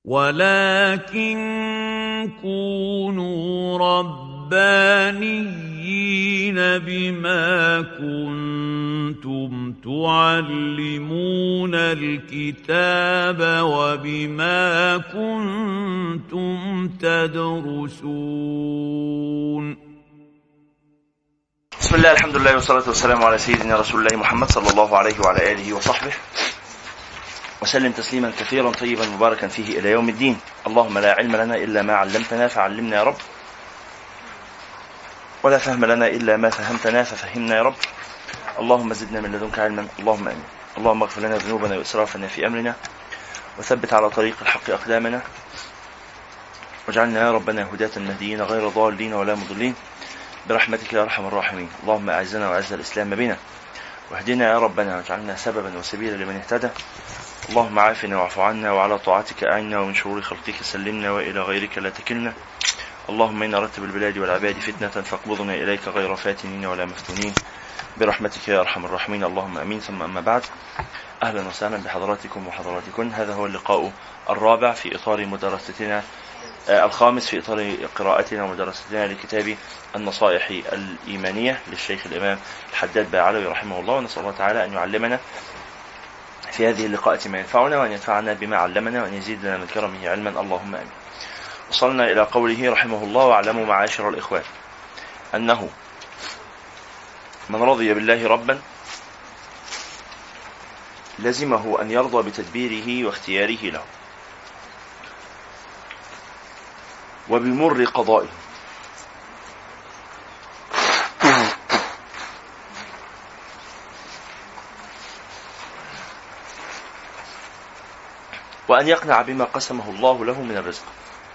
ولكن كونوا ربانيين بما كنتم تعلمون الكتاب وبما كنتم تدرسون. بسم الله، الحمد لله والصلاة والسلام على سيدنا رسول الله محمد صلى الله عليه وعلى آله وصحبه وسلم تسليما كثيرا طيبا مباركا فيه إلى يوم الدين. اللهم لا علم لنا إلا ما علمتنا فعلمنا يا رب، ولا فهم لنا إلا ما فهمتنا ففهمنا يا رب. اللهم زدنا من لدنك علما، اللهم آمين. اللهم اغفر لنا ذنوبنا وإسرافنا في أمرنا، وثبت على طريق الحق أقدامنا، واجعلنا يا ربنا هداة مهديين غير ضالين ولا مضلين برحمتك يا أرحم الراحمين. اللهم أعزنا وأعز الإسلام بنا، واهدنا يا ربنا واجعلنا سببا وسبيلا لمن اهتدى. اللهم عافنا واعف عنا، وعلى طاعتك أعنا، ومن شرور خلقك سلمنا، وإلى غيرك لا تكلنا. اللهم إنا رتب البلاد والعباد فتنة فاقبضنا إليك غير فاتنين ولا مفتونين برحمتك يا أرحم الراحمين. اللهم أمين. ثم أما بعد، أهلا وسهلا بحضراتكم وحضراتكن. هذا هو اللقاء الرابع في إطار مدرستنا الخامس في إطار قراءتنا ومدرستنا لكتاب النصائح الإيمانية للشيخ الإمام الحداد باعلوي رحمه الله. ونسأل الله تعالى أن يعلمنا في هذه اللقاءات ما ينفعنا، وأن ينفعنا بما علمنا، وأن يزيدنا من كرمه علما، اللهم آمين. وصلنا إلى قوله رحمه الله: واعلموا معاشر الإخوان أنه من رضي بالله ربا لزمه أن يرضى بتدبيره واختياره له وبمر قضائه، وأن يقنع بما قسمه الله له من الرزق.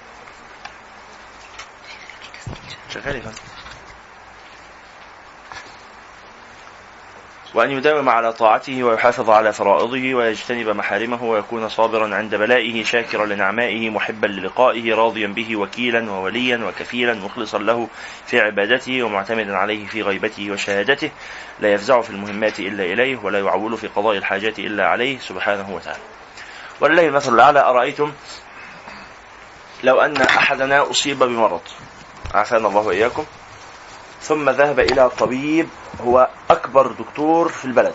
وأن يداوم على طاعته ويحافظ على فرائضه ويجتنب محارمه، ويكون صابرا عند بلائه، شاكرا لنعمائه، محبا للقائه، راضيا به وكيلا ووليا وكفيلا، مخلصا له في عبادته، ومعتمدا عليه في غيبته وشهادته، لا يفزع في المهمات إلا إليه، ولا يعول في قضاء الحاجات إلا عليه سبحانه وتعالى. ولله المثل الأعلى. أرأيتم لو أن أحدنا أصيب بمرض، عافانا الله وإياكم، ثم ذهب إلى الطبيب، هو أكبر دكتور في البلد،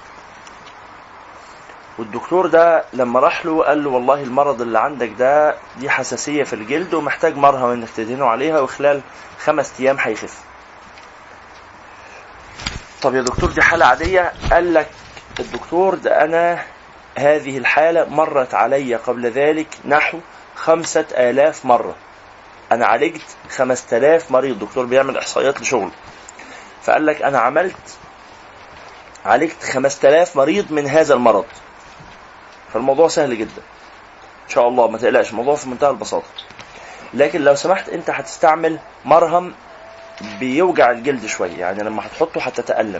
والدكتور ده لما راح له قال له: والله المرض اللي عندك ده دي حساسية في الجلد ومحتاج مرهم انك تدهنه عليها، وخلال 5 أيام هيخف. طب يا دكتور دي حالة عادية؟ قال لك الدكتور ده أنا هذه الحالة مرت علي قبل ذلك نحو 5000 مرة. أنا عالجت 5000 مريض. دكتور بيعمل إحصائيات لشغل، فقال لك أنا عالجت 5000 مريض من هذا المرض. فالموضوع سهل جدا إن شاء الله، ما تقلقش، الموضوع في منتهى البساطة. لكن لو سمحت أنت هتستعمل مرهم بيوجع الجلد شوية، يعني لما هتحطه هتتألم،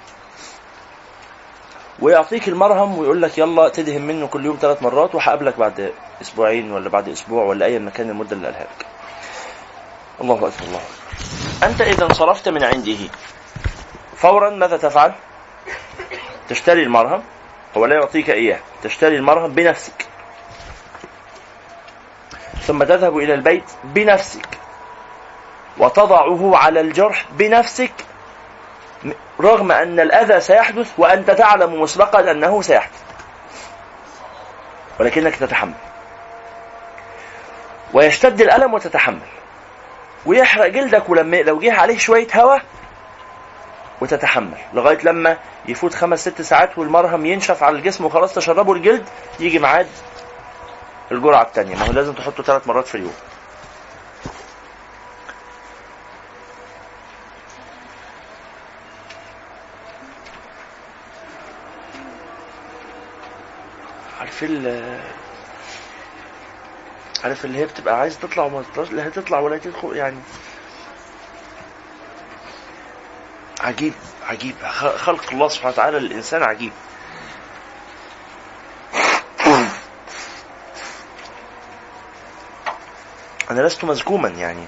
ويعطيك المرهم ويقول لك يلا تدهن منه كل يوم 3 مرات، وهقابلك بعد 2 أسبوع ولا بعد أسبوع ولا أي مكان المدة اللي قالها لك. الله أكبر الله أكبر. أنت إذا انصرفت من عنده فورا ماذا تفعل؟ تشتري المرهم، هو لا يعطيك إياه، تشتري المرهم بنفسك، ثم تذهب إلى البيت بنفسك وتضعه على الجرح بنفسك، رغم أن الأذى سيحدث وأنت تعلم مسبقا أنه سيحدث، ولكنك تتحمل، ويشتد الألم وتتحمل، ويحرق جلدك، ولما لو جه عليه شوية هواء وتتحمل، لغاية لما يفوت 5-6 ساعات والمرهم ينشف على الجسم وخلاص تشربه الجلد، يجي معاد الجرعة التانية. ما هو لازم تحطه 3 مرات في اليوم. عارف اللي هي بتبقى عايز تطلع وما تطلعش، لا هتطلع ولا تدخل، يعني عجيب عجيب. خلق الله سبحانه وتعالى للإنسان عجيب. أنا لست مزكوما، يعني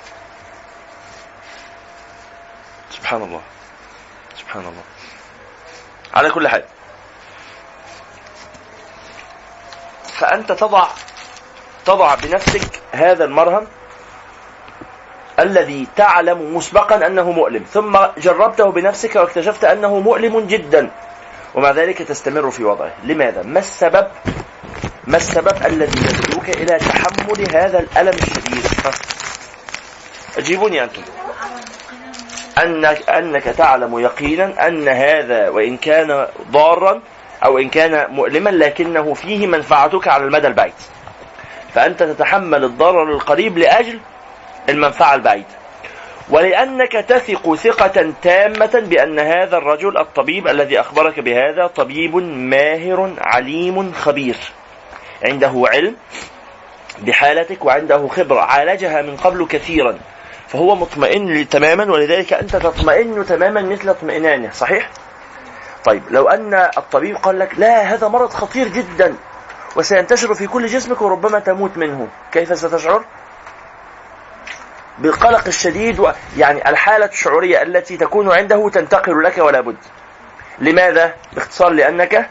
سبحان الله سبحان الله. على كل حال، فأنت تضع تضع بنفسك هذا المرهم الذي تعلم مسبقا أنه مؤلم، ثم جربته بنفسك واكتشفت أنه مؤلم جدا، ومع ذلك تستمر في وضعه. لماذا؟ ما السبب الذي يدعوك إلى تحمل هذا الألم الشديد؟ أجيبوني أنتم. أنك تعلم يقينا أن هذا وإن كان ضارا أو إن كان مؤلما لكنه فيه منفعتك على المدى البعيد، فأنت تتحمل الضرر القريب لأجل المنفعة البعيدة، ولأنك تثق ثقة تامة بأن هذا الرجل الطبيب الذي أخبرك بهذا طبيب ماهر عليم خبير، عنده علم بحالتك وعنده خبرة عالجها من قبل كثيرا، فهو مطمئن تماما، ولذلك أنت تطمئن تماما مثل اطمئنانه. صحيح؟ طيب لو أن الطبيب قال لك لا هذا مرض خطير جدا وسينتشر في كل جسمك وربما تموت منه، كيف ستشعر؟ بالقلق الشديد، يعني الحالة الشعورية التي تكون عنده تنتقل لك ولا بد. لماذا؟ باختصار لأنك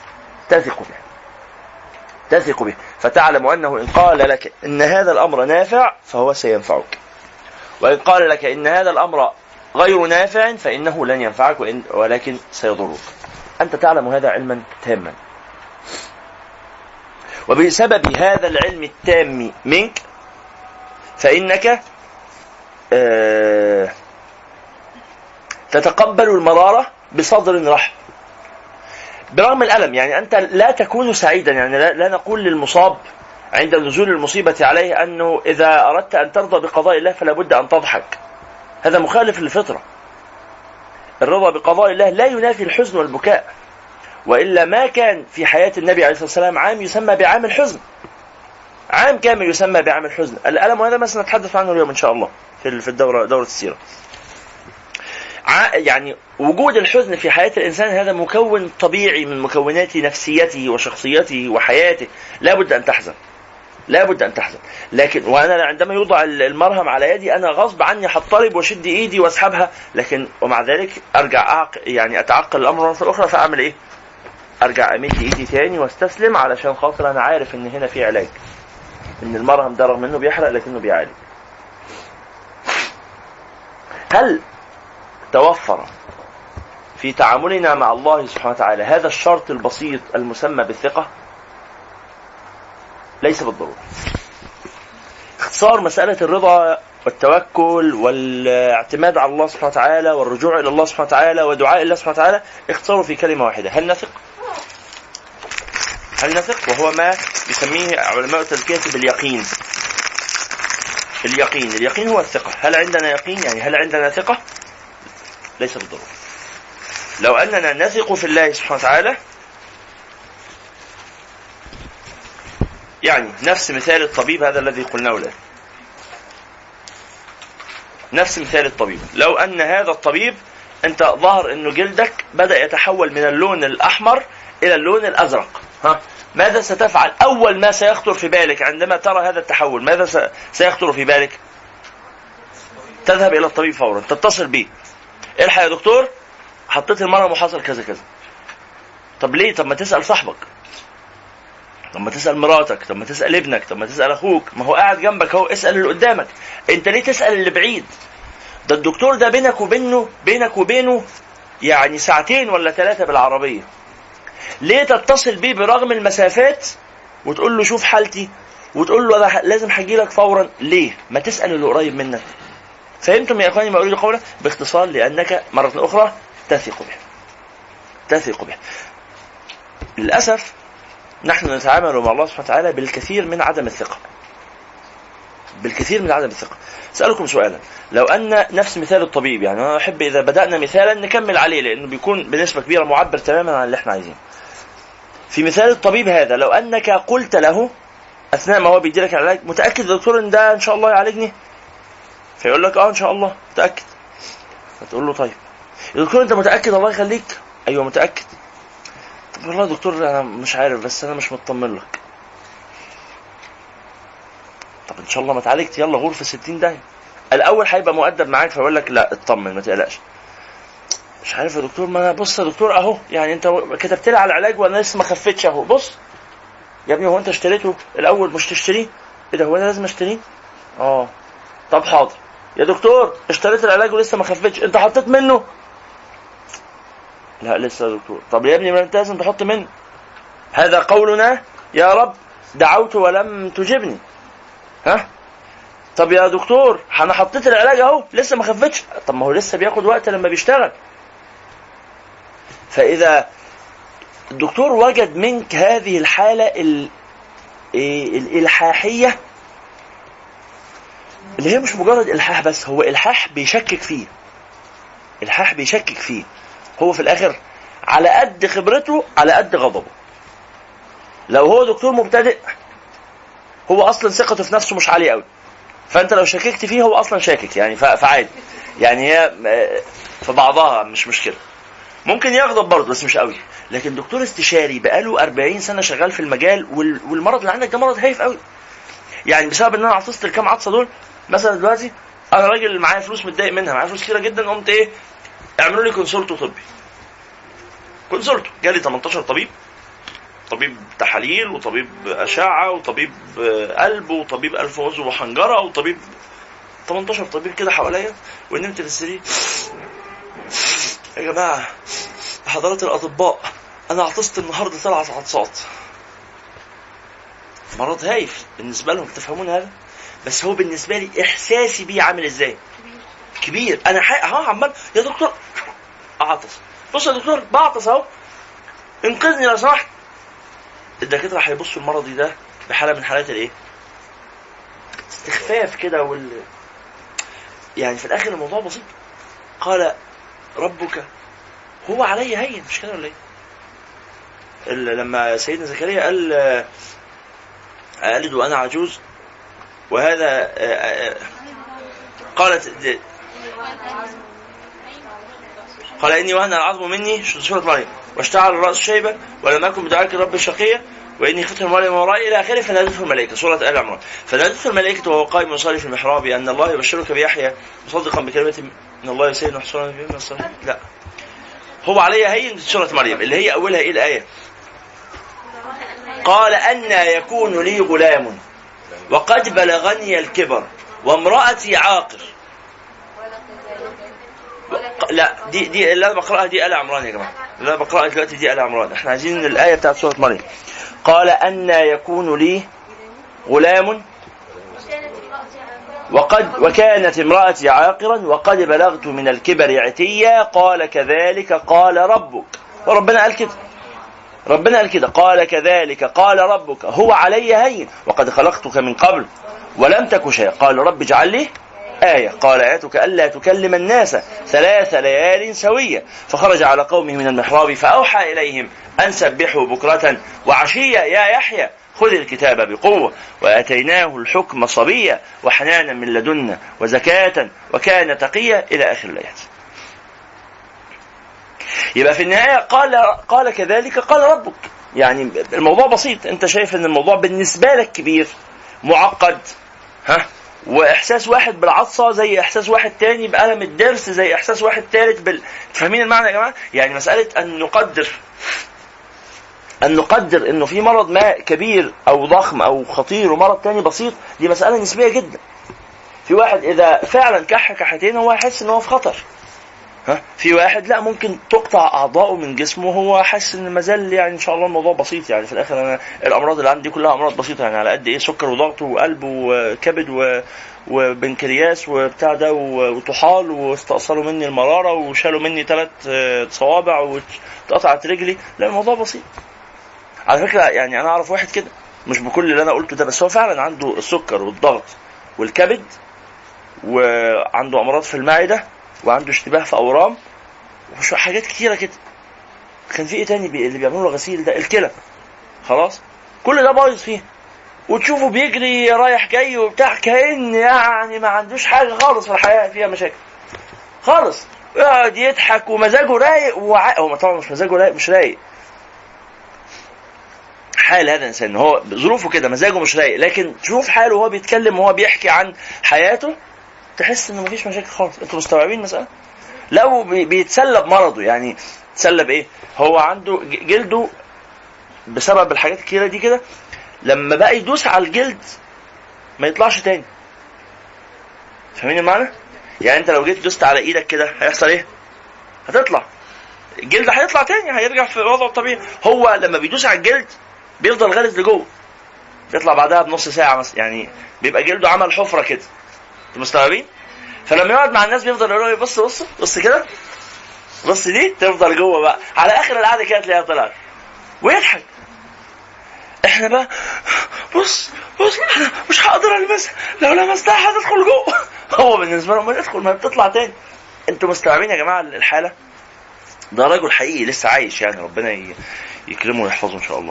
تثق به، فتعلم أنه إن قال لك إن هذا الأمر نافع فهو سينفعك، وإن قال لك إن هذا الأمر غير نافع فإنه لن ينفعك ولكن سيضرك. أنت تعلم هذا علما تاما، وبسبب هذا العلم التام منك فإنك تتقبل المرارة بصدر رحب برغم الألم. يعني أنت لا تكون سعيدا، يعني لا نقول للمصاب عند نزول المصيبة عليه أنه إذا أردت أن ترضى بقضاء الله فلا بد أن تضحك، هذا مخالف للفطرة. الرضا بقضاء الله لا ينافي الحزن والبكاء، وإلا ما كان في حياة النبي عليه الصلاة والسلام عام يسمى بعام الحزن، عام كامل يسمى بعام الحزن. الألم، وهذا ما سنتحدث عنه اليوم إن شاء الله في دورة السيرة. يعني وجود الحزن في حياة الإنسان هذا مكون طبيعي من مكونات نفسيته وشخصيته وحياته، لا بد أن تحزن. لكن وأنا عندما يوضع المرهم على يدي أنا غصب عني حطرب وشد إيدي واسحبها، لكن ومع ذلك أرجع يعني أتعقل الأمر مرة أخرى، فأعمل إيه؟ أرجع أمد إيدي تاني واستسلم، علشان خاطر أنا عارف إن هنا في علاج، إن المرهم ده رغم إنه بيحرق لكنه بيعالج. هل توفر في تعاملنا مع الله سبحانه وتعالى هذا الشرط البسيط المسمى بالثقة؟ ليس بالضرورة. اختصار مسألة الرضا والتوكل والاعتماد على الله سبحانه وتعالى والرجوع إلى الله سبحانه وتعالى ودعاء الله سبحانه وتعالى اختصاره في كلمة واحدة: هل نثق؟ وهو ما يسميه علماء التزكية باليقين. اليقين هو الثقة. هل عندنا يقين؟ يعني هل عندنا ثقة؟ ليس بالضرورة. لو أننا نثق في الله سبحانه وتعالى، يعني نفس مثال الطبيب هذا الذي قلناه الآن، نفس مثال الطبيب. لو أن هذا الطبيب أنت ظهر أنه جلدك بدأ يتحول من اللون الأحمر إلى اللون الأزرق، ماذا ستفعل؟ أول ما سيخطر في بالك عندما ترى هذا التحول ماذا سيخطر في بالك؟ تذهب إلى الطبيب فورا، تتصل به: الحق يا دكتور، حطيت المرهم وحصل كذا كذا. طب ليه؟ طب ما تسأل صاحبك، طب ما تسأل مراتك، طب ما تسأل ابنك، طب ما تسأل أخوك، ما هو قاعد جنبك هو، اسأل اللي قدامك. انت ليه تسأل اللي بعيد؟ ده الدكتور ده بينك وبينه يعني 2 ولا 3 بالعربية. ليه تتصل بيه برغم المسافات وتقول له شوف حالتي، وتقول له أنا لازم هجيلك فورا؟ ليه؟ ما تسأل اللي قريب منك. فهمتم يا أخواني ما أريد قوله؟ باختصار لأنك مرة أخرى تثق به. للأسف نحن نتعامل مع الله سبحانه وتعالى بالكثير من عدم الثقة. سألكم سؤالا: لو أن نفس مثال الطبيب، يعني أنا أحب إذا بدأنا مثالا نكمل عليه لأنه بيكون بنسبة كبيرة معبر تماما عن اللي احنا عايزينه. في مثال الطبيب هذا، لو أنك قلت له أثناء ما هو بيديلك العلاج: متأكد يا دكتور إن ده إن شاء الله يعالجني؟ فيقول لك إن شاء الله متأكد. فتقول له: طيب يا دكتور أنت متأكد؟ الله يخليك. أيوة متأكد. طب والله يا دكتور أنا مش عارف، بس أنا مش مطمن لك. طب إن شاء الله ما اتعالجت، يلا غرفة 60 داهية. الأول هيبقى مؤدب معاك فيقول لك: لا اطمن ما تقلقش. مش عارف يا دكتور، ما بص يا دكتور أهو، يعني أنت كتبت لي على العلاج وأنا لسه ما خفتش أهو، بص يا ابني هو انت اشتريته الاول مش تشتريه؟ ايه ده هو انا لازم اشتريه؟ طب حاضر يا دكتور اشتريت العلاج ولسه ما خفتش، انت حطيت منه؟ لا لسه يا دكتور. طب يا ابني ما انت لازم تحط منه. هذا قولنا يا رب دعوت ولم تجبني. طب يا دكتور انا حطيت العلاج اهو لسه ما خفتش. طب ما هو لسه بياخد وقت لما بيشتغل. فاذا الدكتور وجد منك هذه الحالة الإلحاحية اللي هي مش مجرد إلحاح بس، هو إلحاح بيشكك فيه، هو في الآخر على قد خبرته على قد غضبه. لو هو دكتور مبتدئ هو أصلا ثقته في نفسه مش عالية قوي، فأنت لو شككت فيه هو أصلا شاكك يعني فعادي يعني، هي في بعضها مش مشكلة. ممكن يغضب برضه بس مش قوي. لكن دكتور استشاري بقاله 40 سنة شغال في المجال والمرض اللي عندك ده مرض هايف قوي، يعني بسبب ان انا عطست الكام عطسة دول. مثلا دلوقتي انا راجل معايا فلوس متضايق منها، معايا فلوس كتيرة جدا، قمت اعملوا لي كونسولتو طبي. كونسولتو جالي 18 طبيب تحاليل وطبيب أشعة وطبيب قلب وطبيب ألف عضو وحنجرة وطبيب 18 طبيب كده حواليا، ونمت في السرير. يا جماعة حضرات الأطباء أنا عطست النهاردة 3 عطسات. مرض هايف بالنسبة لهم، تفهمون هذا؟ بس هو بالنسبة لي إحساسي بيه عامل إزاي؟ كبير. أنا عمال يا دكتور أعطس، بص يا دكتور بعطس أهو، انقذني لو سمحت. الدكاترة هيبصوا المرضي ده بحالة من حالات استخفاف كده يعني في الآخر الموضوع بسيط. قال ربك هو علي هين، مش كده ولا ايه؟ لما سيدنا زكريا قال له انا عجوز وهذا قال اني وهن العظم مني، سورة مريم، واشتعل الراس شيبا ولم اكن بدعائك رب شقيا واني خفت مريم ورائي الى اخره. فنادته الملائكه، سوره ال عمران. فنادته الملائكه وهو قائم يصلي في المحراب ان الله يبشرك بيحيى مصدقا بكلمه من الله يسير حصولا في الصالحين. لا، هو علي هين سوره مريم اللي هي اولها ايه الايه؟ قال أن يكون لي غلام وقد بلغني الكبر وامرأتي عاقر. لا دي اللي أنا بقرأها دي آل عمران يا جماعة، اللي أنا بقرأها دلوقتي دي آل عمران. احنا عايزين الآية بتاعت سورة مريم. قال أن يكون لي غلام وكانت امرأتي عاقرا وقد بلغت من الكبر عتيا. قال كذلك قال ربك. وربنا قال كده قال كذلك قال ربك هو علي هين وقد خلقتك من قبل ولم تك شيئا. قال رب اجعل لي آية. قال آيتك ألا تكلم الناس 3 ليال سوية. فخرج على قومه من المحراب فأوحى إليهم أن سبحوا بكرة وعشية يا يحيى خذ الكتاب بقوة وآتيناه الحكم صبيا وحنانا من لدنا وزكاة وكان تقيا إلى آخر الآيات. يبقى في النهاية قال كذلك قال ربك. يعني الموضوع بسيط، انت شايف ان الموضوع بالنسبة لك كبير معقد، واحساس واحد بالعطسة زي احساس واحد تاني بألم الدرس زي احساس واحد تالت فاهمين المعنى يا جماعة؟ يعني مسألة ان نقدر انه في مرض ما كبير او ضخم او خطير ومرض تاني بسيط، دي مسألة نسبية جدا. في واحد اذا فعلا كحتين هو يحس ان هو في خطر، في واحد لا ممكن تقطع أعضاؤه من جسمه وهو حاسس ان مازال يعني ان شاء الله الموضوع بسيط. يعني في الاخر انا الامراض اللي عندي كلها امراض بسيطه، يعني على قد سكر وضغط وقلب وكبد وبنكرياس وبتاع ده وطحال، واستأصلوا مني المراره وشالوا مني 3 صوابع واتقطعت رجلي. لا الموضوع بسيط على فكره. يعني انا اعرف واحد كده، مش بكل اللي انا قلته ده، بس هو فعلا عنده السكر والضغط والكبد وعنده امراض في المعده وعنده اشتباه في اورام وشو حاجات كتيره كده. كان في ايه تاني اللي بيعملوا له غسيل ده؟ الكلى. خلاص كل ده بايظ فيه، وتشوفه بيجري رايح جاي وبتاع كأن يعني ما عندوش حاجه خالص في الحياه فيها مشاكل خالص، يقعد يضحك ومزاجه رايق هو طبعا مش مزاجه رايق، مش رايق. حال هذا الانسان هو ظروفه كده مزاجه مش رايق، لكن تشوف حاله وهو بيتكلم وهو بيحكي عن حياته تحس انه مفيش مشاكل خالص. انتوا مستوعبين مسألة؟ لو بيتسلب مرضه، يعني تسلب ايه؟ هو عنده جلده بسبب الحاجات الكتيرة دي كده لما بقى يدوس على الجلد ما يطلعش تاني. فاهمين المعنى؟ يعني انت لو جيت دوست على ايدك كده هيحصل ايه؟ هتطلع الجلد، هيطلع تاني، هيرجع في وضعه الطبيعي. هو لما بيدوس على الجلد بيفضل غالز لجوه، بيطلع بعدها بنص ساعه مثلا، يعني بيبقى جلده عمل حفره كده. انتوا مستوعبين؟ فلما يقعد مع الناس بيفضل يقول له بص بص بص كده، بص دي تفضل جوه بقى، على اخر القعده كده تلاقيها طلعت ويضحك. احنا بقى بص بص انا مش هقدر المسها، لو لمستها هتدخل جوه. هو بالنسبه له ما تدخل، ما بتطلع تاني. انتوا مستوعبين يا جماعه الحاله؟ ده رجل حقيقي لسه عايش، يعني ربنا يكرمه ويحفظه ان شاء الله.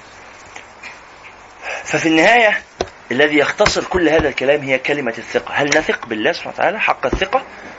ففي النهايه الذي يختصر كل هذا الكلام هي كلمه الثقه. هل نثق بالله سبحانه وتعالى حق الثقه؟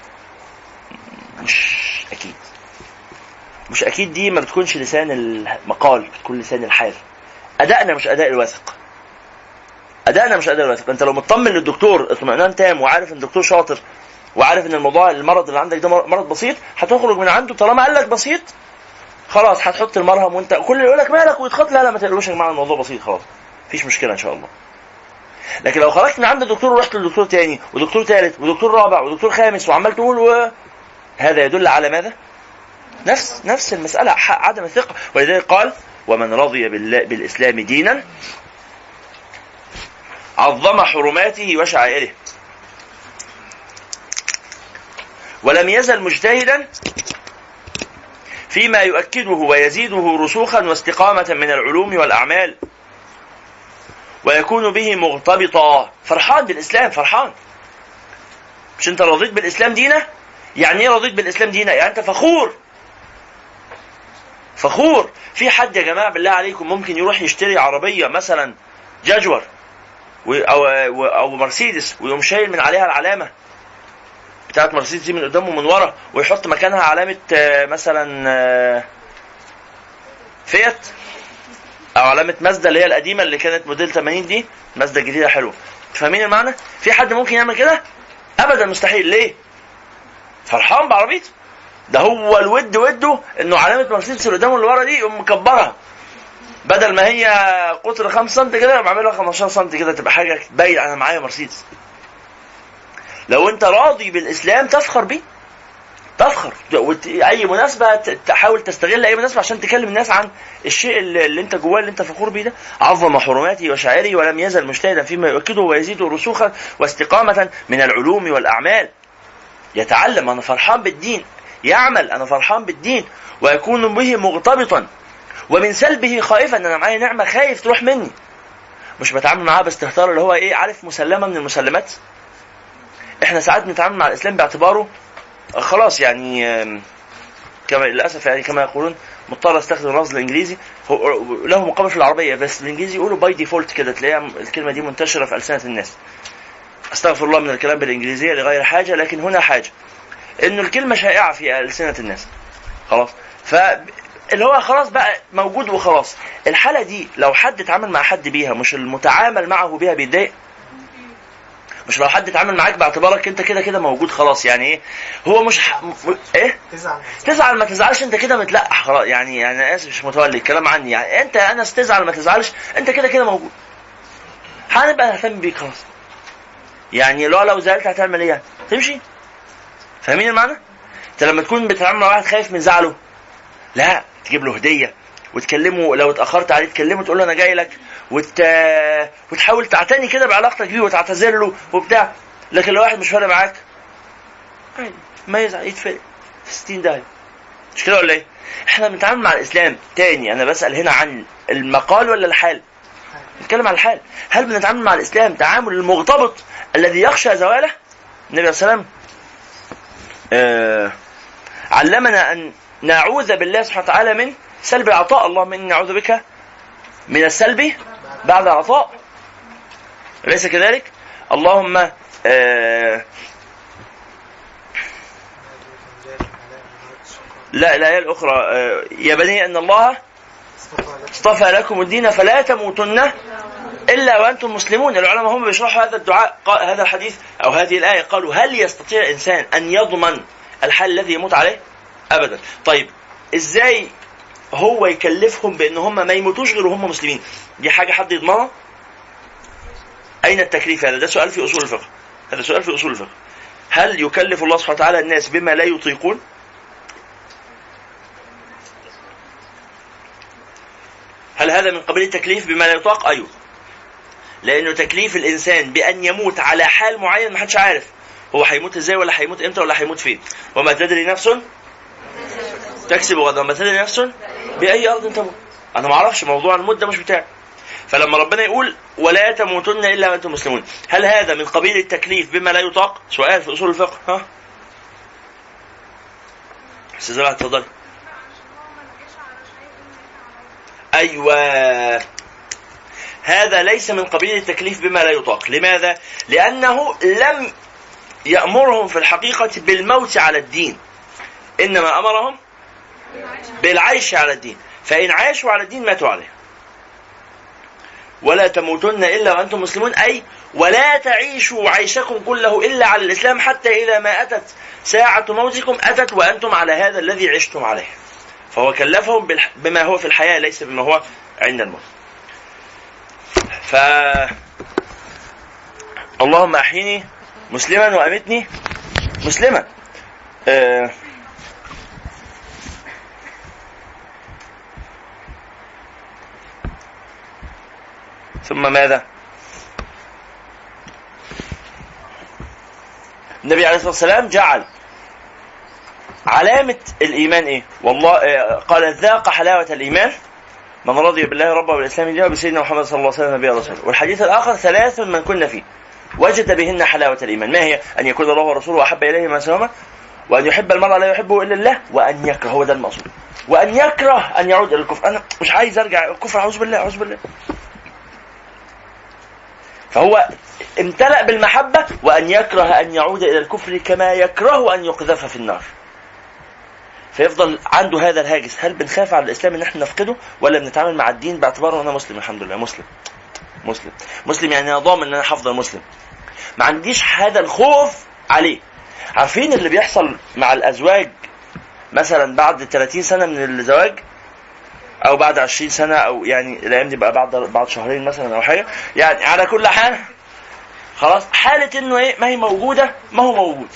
مش اكيد، مش اكيد. دي ما بتكونش لسان المقال، بتكون لسان الحال. ادائنا مش اداء الواثق، ادائنا مش اداء الواثق. انت لو مطمن للدكتور اطمئنان تام وعارف ان الدكتور شاطر وعارف ان المرض اللي عندك ده مرض بسيط، هتخرج من عنده طالما قال لك بسيط خلاص هتحط المرهم، وانت كل اللي يقول لك مالك ويتخط، لا ما تقولوش يا جماعه الموضوع بسيط خلاص مفيش مشكله ان شاء الله. لكن لو خرجت من عند الدكتور ورحت للدكتور تاني ودكتور ثالث ودكتور رابع ودكتور خامس وعمال تقول هذا يدل على ماذا؟ نفس المساله، عدم الثقه. ولذلك قال ومن رضي بالاسلام دينا عظم حرماته وشعائره ولم يزل مجتهدا فيما يؤكده ويزيده رسوخا واستقامة من العلوم والأعمال ويكون به مغتبطا. فرحان بالإسلام، فرحان. مش انت رضيت بالإسلام دينا؟ يعني ايه رضيت بالإسلام دينا؟ يعني انت فخور. في حد يا جماعة بالله عليكم ممكن يروح يشتري عربية مثلا جاجور أو مرسيدس ويقوم شايل من عليها العلامة بتاعت مرسيدس دي من قدام ومن ورا ويحط مكانها علامة مثلا فيات او علامة مازدا اللي هي القديمة اللي كانت موديل 80 دي، مازدا الجديدة حلوة. فاهمين المعنى؟ في حد ممكن يعمل كده؟ ابدا مستحيل. ليه؟ فرحان بعربيته. ده هو الود وده انه علامة مرسيدس اللي قدام واللي ورا دي يقوم مكبرها، بدل ما هي قطر 5 سم كده بعملها 15 سم كده، تبقى حاجة باين انا معايا مرسيدس. لو انت راضي بالاسلام تفخر بيه، تفخر. اي مناسبه تحاول تستغل اي مناسبه عشان تكلم الناس عن الشيء اللي انت جواه اللي انت فخور بيه ده. عظم حرماته وشعائره ولم يزل مجتهدا فيما يؤكده ويزيده رسوخا واستقامه من العلوم والاعمال. يتعلم، انا فرحان بالدين. يعمل، انا فرحان بالدين. ويكون به مغتبطا ومن سلبه خائفا، انا معايا نعمه خايف تروح مني، مش بتعامل معاها باستهتار اللي هو ايه، عارف، مسلمه من المسلمات. احنا ساعات بنتعامل مع الاسلام باعتباره خلاص يعني كما للاسف يعني كما يقولون مضطر استخدم اللفظ الانجليزي، له مقابل في العربيه بس الانجليزي يقولوا باي ديفولت كده، تلاقيها الكلمه دي منتشره في السنه الناس. استغفر الله من الكلام بالانجليزيه لغير حاجه، لكن هنا حاجه انه الكلمه شائعه في السنه الناس خلاص. فاللي هو خلاص بقى موجود وخلاص. الحاله دي لو حد اتعامل مع حد بيها مش المتعامل معه بيها بيتضايق. مش لو حد اتعامل معاك باعتبارك انت كده كده موجود خلاص، يعني ايه هو مش ايه تزعل ما تزعلش انت كده متلقح خلاص، يعني انا اسف مش متولي الكلام عني، يعني انت انا تزعل ما تزعلش انت كده كده موجود، هنبقى نهتم بيك خلاص. يعني لو زعلت هتعمل ايه؟ تمشي. فاهمين المعنى؟ انت لما تكون بتتعامل مع واحد خايف من زعله، لا تجيب له هديه وتكلمه، لو اتاخرت عليه تكلمه تقول له انا جاي لك، وتحاول تعتني كده بعلاقتك بيه وتعتذر له وبتاع. لكن لو واحد مش فارق معاك ما يزعل يتفرق في 60 داهيه، مش كده ولا ايه؟ احنا بنتعامل مع الاسلام تاني، انا بسال هنا عن المقال ولا الحال؟ نتكلم عن الحال. هل بنتعامل مع الاسلام تعامل المغتبط الذي يخشى زواله؟ النبي صلى الله عليه وسلم علمنا ان نعوذ بالله سبحانه وتعالى من سلب العطاء. اللهم اني نعوذ بك من السلب بعد العطاء، أليس كذلك؟ اللهم لا الآية الأخرى يا بني أن الله اصطفى لكم الدين فلا تموتن إلا وأنتم مسلمون. العلماء هم بيشرحوا هذا الدعاء، هذا الحديث أو هذه الآية، قالوا هل يستطيع الإنسان أن يضمن الحال الذي يموت عليه؟ أبدا. طيب إزاي هو يكلفهم بان هم ما يموتوش غير وهم مسلمين، دي حاجه حد يضمنها؟ اين التكليف هذا؟ ده سؤال في اصول الفقه، هذا سؤال في اصول الفقه. هل يكلف الله سبحانه وتعالى الناس بما لا يطيقون؟ هل هذا من قبيل التكليف بما لا يطاق؟ ايوه، لانه تكليف الانسان بان يموت على حال معين ما حدش عارف هو هيموت ازاي ولا هيموت امتى ولا هيموت فين. وما تدري نفس تكسب غدا وما تدري نفس باي ارض تموت. انا ما اعرفش، موضوع الموت ده مش بتاعي. فلما ربنا يقول ولا تموتن الا وانتم مسلمون، هل هذا من قبيل التكليف بما لا يطاق؟ سؤال في اصول الفقه. ها استاذ زلمه اتفضل. ايوه، هذا ليس من قبيل التكليف بما لا يطاق. لماذا؟ لانه لم يأمرهم في الحقيقة بالموت على الدين، انما امرهم بالعيش على الدين، فان عاشوا على الدين ماتوا عليه. ولا تموتن إلا وأنتم مسلمون، أي ولا تعيشوا عيشكم كله إلا على الإسلام، حتى إذا ما أتت ساعة موتكم أتت وأنتم على هذا الذي عشتم عليه. فهو كلفهم بما هو في الحياة ليس بما هو عند الموت. اللهم أحيني مسلما وأمتني مسلما. ثم ماذا؟ النبي عليه الصلاة والسلام جعل علامة الإيمان إيه؟ والله قال ذاق حلاوة الإيمان من رضي بالله ربا وبالإسلام دينا وبسيدنا محمد صلى الله عليه وسلم نبيا ورسولا. والحديث الآخر ثلاث من كنا فيه وجد بهن حلاوة الإيمان. ما هي؟ أن يكون الله ورسوله أحب إليه ما سواهما، وأن يحب المرء لا يحبه إلا الله، وأن يكره، هو ده المقصود، وأن يكره أن يعود إلى الكفر. أنا مش عايز أرجع الكفر، أعوذ بالله أعوذ بالله. فهو امتلأ بالمحبة، وأن يكره أن يعود إلى الكفر كما يكره أن يقذف في النار. فيفضل عنده هذا الهاجس. هل بنخاف على الإسلام إن احنا نفقده، ولا بنتعامل مع الدين باعتباره أنا مسلم الحمد لله مسلم يعني أنا ضامن أن أنا حافظ مسلم، ما عنديش هذا الخوف عليه. عارفين اللي بيحصل مع الأزواج مثلا بعد 30 سنة من الزواج، او بعد 20 سنة، او يعني الايام دي بقى بعد شهرين مثلا او حاجة، يعني على كل حال خلاص حالة انه ايه، ما هي موجودة، ما هو موجود.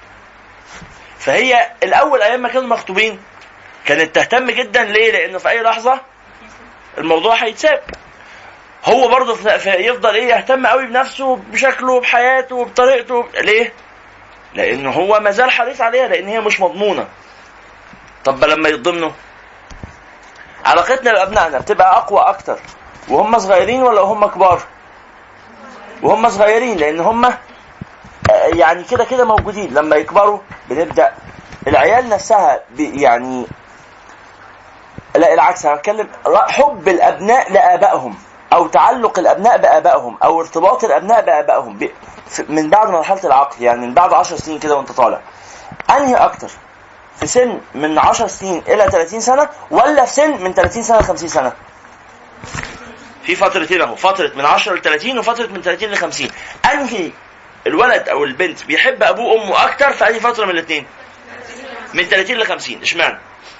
فهي الاول ايام ما كانوا مخطوبين كانت تهتم جدا. ليه؟ لانه في اي لحظة الموضوع هيتساب. هو برضه يفضل ايه، يهتم قوي بنفسه، بشكله، بحياته، بطريقته. ليه؟ لانه هو ما زال حريص عليها، لان هي مش مضمونة. طب لما يتضمنوا، علاقتنا بأبنائنا بتبقى أقوى أكتر وهم صغيرين ولا وهم كبار؟ وهم صغيرين، لأن هم يعني كده كده موجودين. لما يكبروا بنبدأ العيال نفسها يعني لا العكس، هتكلم حب الأبناء لآبائهم، أو تعلق الأبناء بآبائهم، أو ارتباط الأبناء بآبائهم من بعد مرحلة العقل، يعني من بعد 10 سنين كده وانت طالع. أنهي أكتر؟ في سن من 10 سنين إلى 30 سنة، ولا في سن من 30 سنة ل 50 سنة؟ في فترتين اهو، فترة من 10 ل 30 وفترة من 30 ل 50. أنهي الولد أو البنت بيحب أبوه وأمه أكتر في أي فترة من الاثنين؟ من 30 ل 50. إشمعنى؟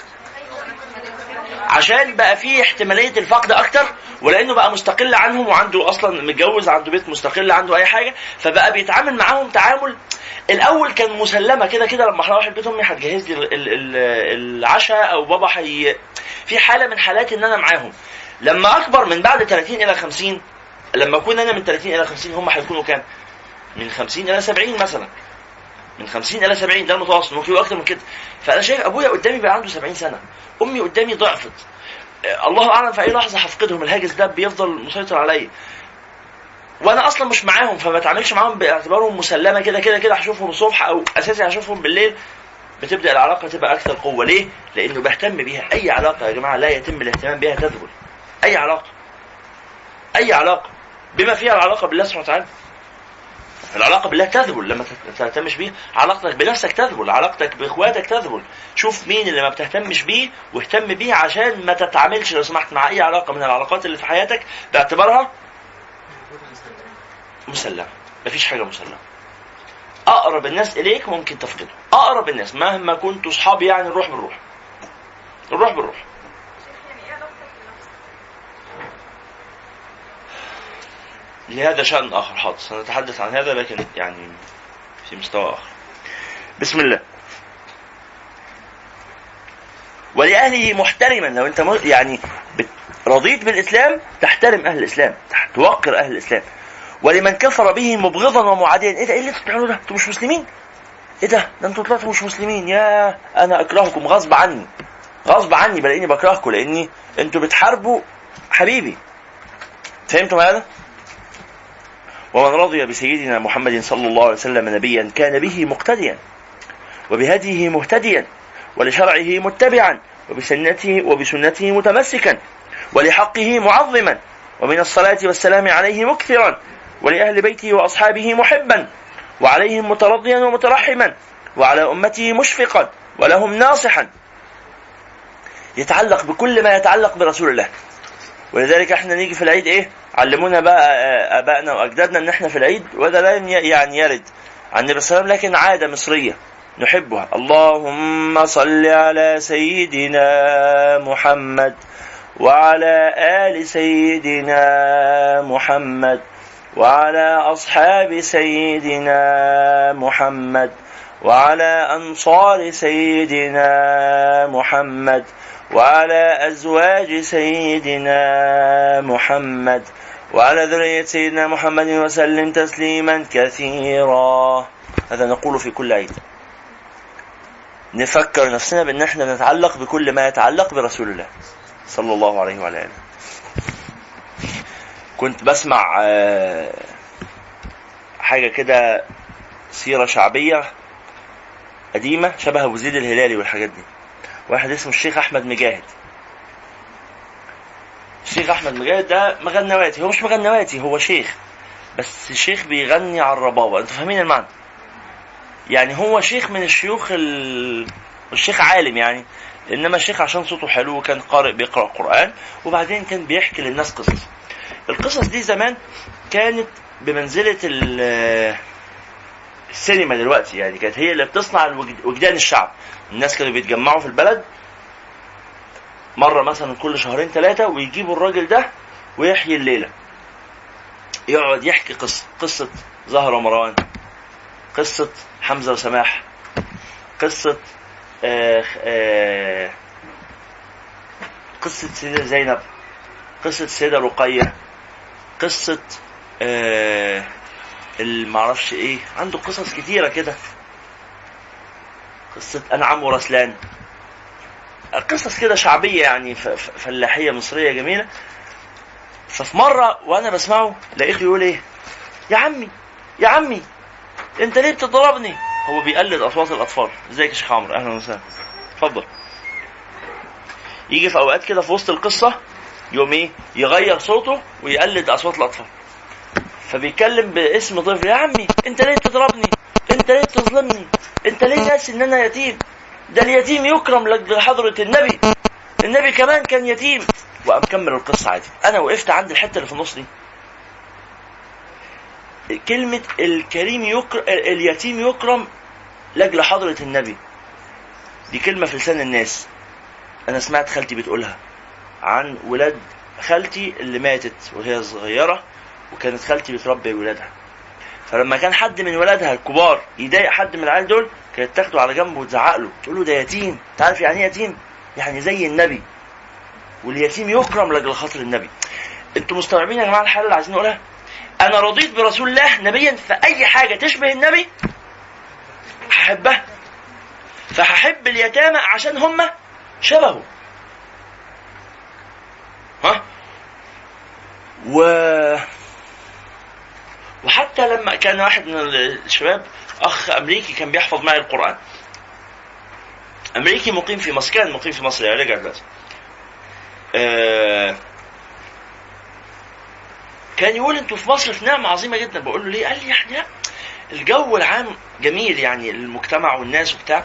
عشان بقى فيه احتمالية الفقد أكتر، ولأنه بقى مستقل عنهم، وعنده أصلا متجوز، عنده بيت مستقل، عنده أي حاجة، فبقى بيتعامل معاهم تعامل. الأول كان مسلمة كده كده، لما هروح البيت أمي هتجهز لي العشاء، أو بابا في حالة من حالات إن أنا معاهم. لما أكبر من بعد 30 إلى 50، لما أكون أنا من 30 إلى 50 هم هيكونوا كام؟ من 50 إلى 70 مثلا، من 50 إلى 70 ده المتوسط، ممكن أكتر من كده. فأنا شايف أبويا قدامي بقى عنده 70 سنة، أمي قدامي ضعفت، الله أعلم في أي لحظة هفقدهم. الهاجس ده بيفضل مسيطر علي، وانا اصلا مش معاهم، فما بتعاملش معاهم باعتبارهم مسلمه كده كده كده، هشوفهم الصبح او اساسي هشوفهم بالليل. بتبدا العلاقه تبقى اكثر قوه. ليه؟ لانه بهتم بيها. اي علاقه يا جماعه لا يتم الاهتمام بها تذبل. اي علاقه بما فيها العلاقه بالله سبحانه وتعالى. العلاقه بالله تذبل لما تهتمش بيها. علاقتك بنفسك تذبل، علاقتك باخواتك تذبل. شوف مين اللي ما بتهتمش بيه واهتم بيه، عشان ما تتعاملش لو سمحت مع اي علاقه من العلاقات اللي في حياتك باعتبارها مسلم. مفيش حاجة مسلمة. أقرب الناس إليك ممكن تفقده، أقرب الناس مهما كنتوا صحاب، يعني الروح بالروح. لهذا شأن آخر. حاضر سنتحدث عن هذا لكن يعني في مستوى آخر. بسم الله. ولأهله محترما، لو أنت يعني رضيت بالإسلام تحترم أهل الإسلام، توقر أهل الإسلام. ولمن كفر به مبغضا ومعاديا. إيه ده؟ إيه اللي بتعملوه ده؟ أنتوا مش مسلمين؟ إيه ده أنتوا طلعتوا مش مسلمين؟ يا أنا أكرهكم غصب عني، غصب عني بلاقيني بكرهكم لأني أنتوا بتحاربوا حبيبي. فهمتم هذا؟ ومن رضي بسيدنا محمد صلى الله عليه وسلم نبيا كان به مقتديا وبهديه مهتديا ولشرعه متبعا وبسنته متمسكا ولحقه معظما ومن الصلاة والسلام عليه مكثرا ولأهل بيته وأصحابه محبا وعليهم مترضيا ومترحما وعلى أمته مشفقا ولهم ناصحا. يتعلق بكل ما يتعلق برسول الله. ولذلك احنا نيجي في العيد ايه؟ علمونا بقى ابائنا واجدادنا ان احنا في العيد، وهذا لا يعني يرد عن النبي صلى الله عليه وسلم لكن عادة مصرية نحبها. اللهم صل على سيدنا محمد وعلى آل سيدنا محمد وعلى أصحاب سيدنا محمد وعلى أنصار سيدنا محمد وعلى أزواج سيدنا محمد وعلى ذرية سيدنا محمد وسلم تسليما كثيرا. هذا نقول في كل عيد. نفكر نفسنا بأن احنا نتعلق بكل ما يتعلق برسول الله صلى الله عليه وعلى آله. كنت بسمع حاجة كده سيرة شعبية قديمة شبه أبو زيد الهلالي والحاجات دي. واحد اسمه الشيخ أحمد مجاهد. الشيخ أحمد مجاهد ده مغنواتي، هو مش مغنواتي، هو شيخ، بس شيخ بيغني على الربابة. انتوا فاهمين المعنى؟ يعني هو شيخ من الشيوخ الشيخ عالم يعني، إنما الشيخ عشان صوته حلو وكان قارئ بيقرأ القرآن، وبعدين كان بيحكي للناس قصص. القصص دي زمان كانت بمنزلة السينما دلوقتي، يعني كانت هي اللي بتصنع وجدان الشعب. الناس كانوا بيتجمعوا في البلد مرة مثلا كل 2-3 ويجيبوا الراجل ده ويحيي الليلة، يقعد يحكي قصة زهرة ومروان، قصة حمزة وسماح، قصة قصة سيدة زينب، قصة سيدة رقية، قصة المعرفش ايه، عنده قصص كتيرة كده، قصة أنعم ورسلان، قصص كده شعبية يعني فلاحية مصرية جميلة. ففي مرة وأنا بسمعه لقيته يقول ايه، يا عمي انت ليه بتضربني؟ هو بيقلد أصوات الأطفال. ازيك يا شيخ عمرو؟ أهلا وسهلا، اتفضل. يجي في أوقات كده في وسط القصة يوم ايه يغير صوته ويقلد أصوات الأطفال، فبيتكلم باسم طفل. يا عمي انت ليه بتضربني؟ انت ليه بتظلمني؟ انت ليه ناسي ان انا يتيم؟ ده اليتيم يكرم لحضرة النبي، النبي كمان كان يتيم. وأكمل القصة عادي. أنا وقفت عند الحتة اللي في النص دي، كلمة اليتيم يكرم لأجل حضرة النبي، دي كلمة في لسان الناس. أنا سمعت خالتي بتقولها عن ولاد خالتي اللي ماتت وهي صغيرة، وكانت خالتي بتربي ولادها، فلما كان حد من ولادها الكبار يضايق حد من العيال دول كانت تاخده على جنب وتزعق له، تقول له ده يتيم. تعرف يعني ايه يتيم؟ يعني زي النبي، واليتيم يكرم لاجل خاطر النبي. انتوا مستوعبين يا جماعه الحاله اللي عايزين نقولها؟ انا رضيت برسول الله نبيا، فاي حاجه تشبه النبي هحبها، فهحب اليتامى عشان هم شبهه. وحتى لما كان واحد من الشباب اخ امريكي كان بيحفظ معي القرآن، امريكي مقيم في مصر، كان مقيم في مصر يعني رجع دلوقتي، كان يقول انتوا في مصر في نعمة عظيمة جدا. بقول له ليه؟ قال لي يعني الجو العام جميل، يعني المجتمع والناس وبتاع،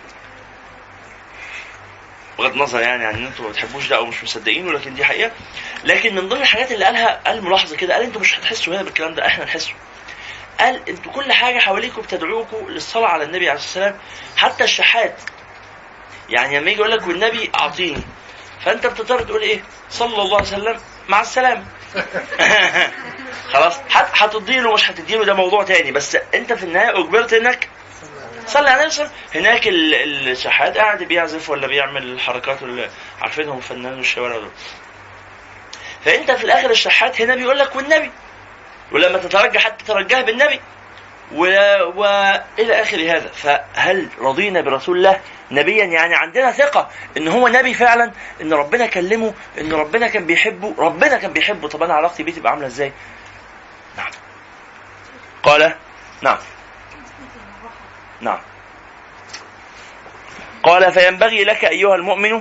بغض النظر يعني ان انتوا ما بتحبوش ده او مش مصدقينه، لكن دي حقيقة. لكن من ضمن الحاجات اللي قالها، قال ملاحظة كده، قال انتوا مش هتحسوا هنا بالكلام ده، احنا نحسه. قال انتوا كل حاجة حواليكم بتدعوكم للصلاة على النبي عليه السلام، حتى الشحات يعني لما يجي يقول لك والنبي اعطيني، فانت بتضطر تقول ايه؟ صلى الله عليه وسلم مع السلامة. خلاص هتديله مش هتديله ده موضوع تاني، بس انت في النهايه اجبرت انك صلي على النبي. هناك الشحات قاعد بيعزف ولا بيعمل الحركات اللي عارفينهم فنان الشوارع دول، فانت في الاخر الشحات هنا بيقول لك والنبي، ولما تترجى حتى ترجاه بالنبي والى اخر هذا. فهل رضينا برسول الله نبيا؟ يعني عندنا ثقه ان هو نبي فعلا، ان ربنا كلمه، ان ربنا كان بيحبه. ربنا كان بيحبه، طب انا علاقتي بيه تبقى عامله ازاي؟ نعم. قال نعم نعم. قال فينبغي لك ايها المؤمن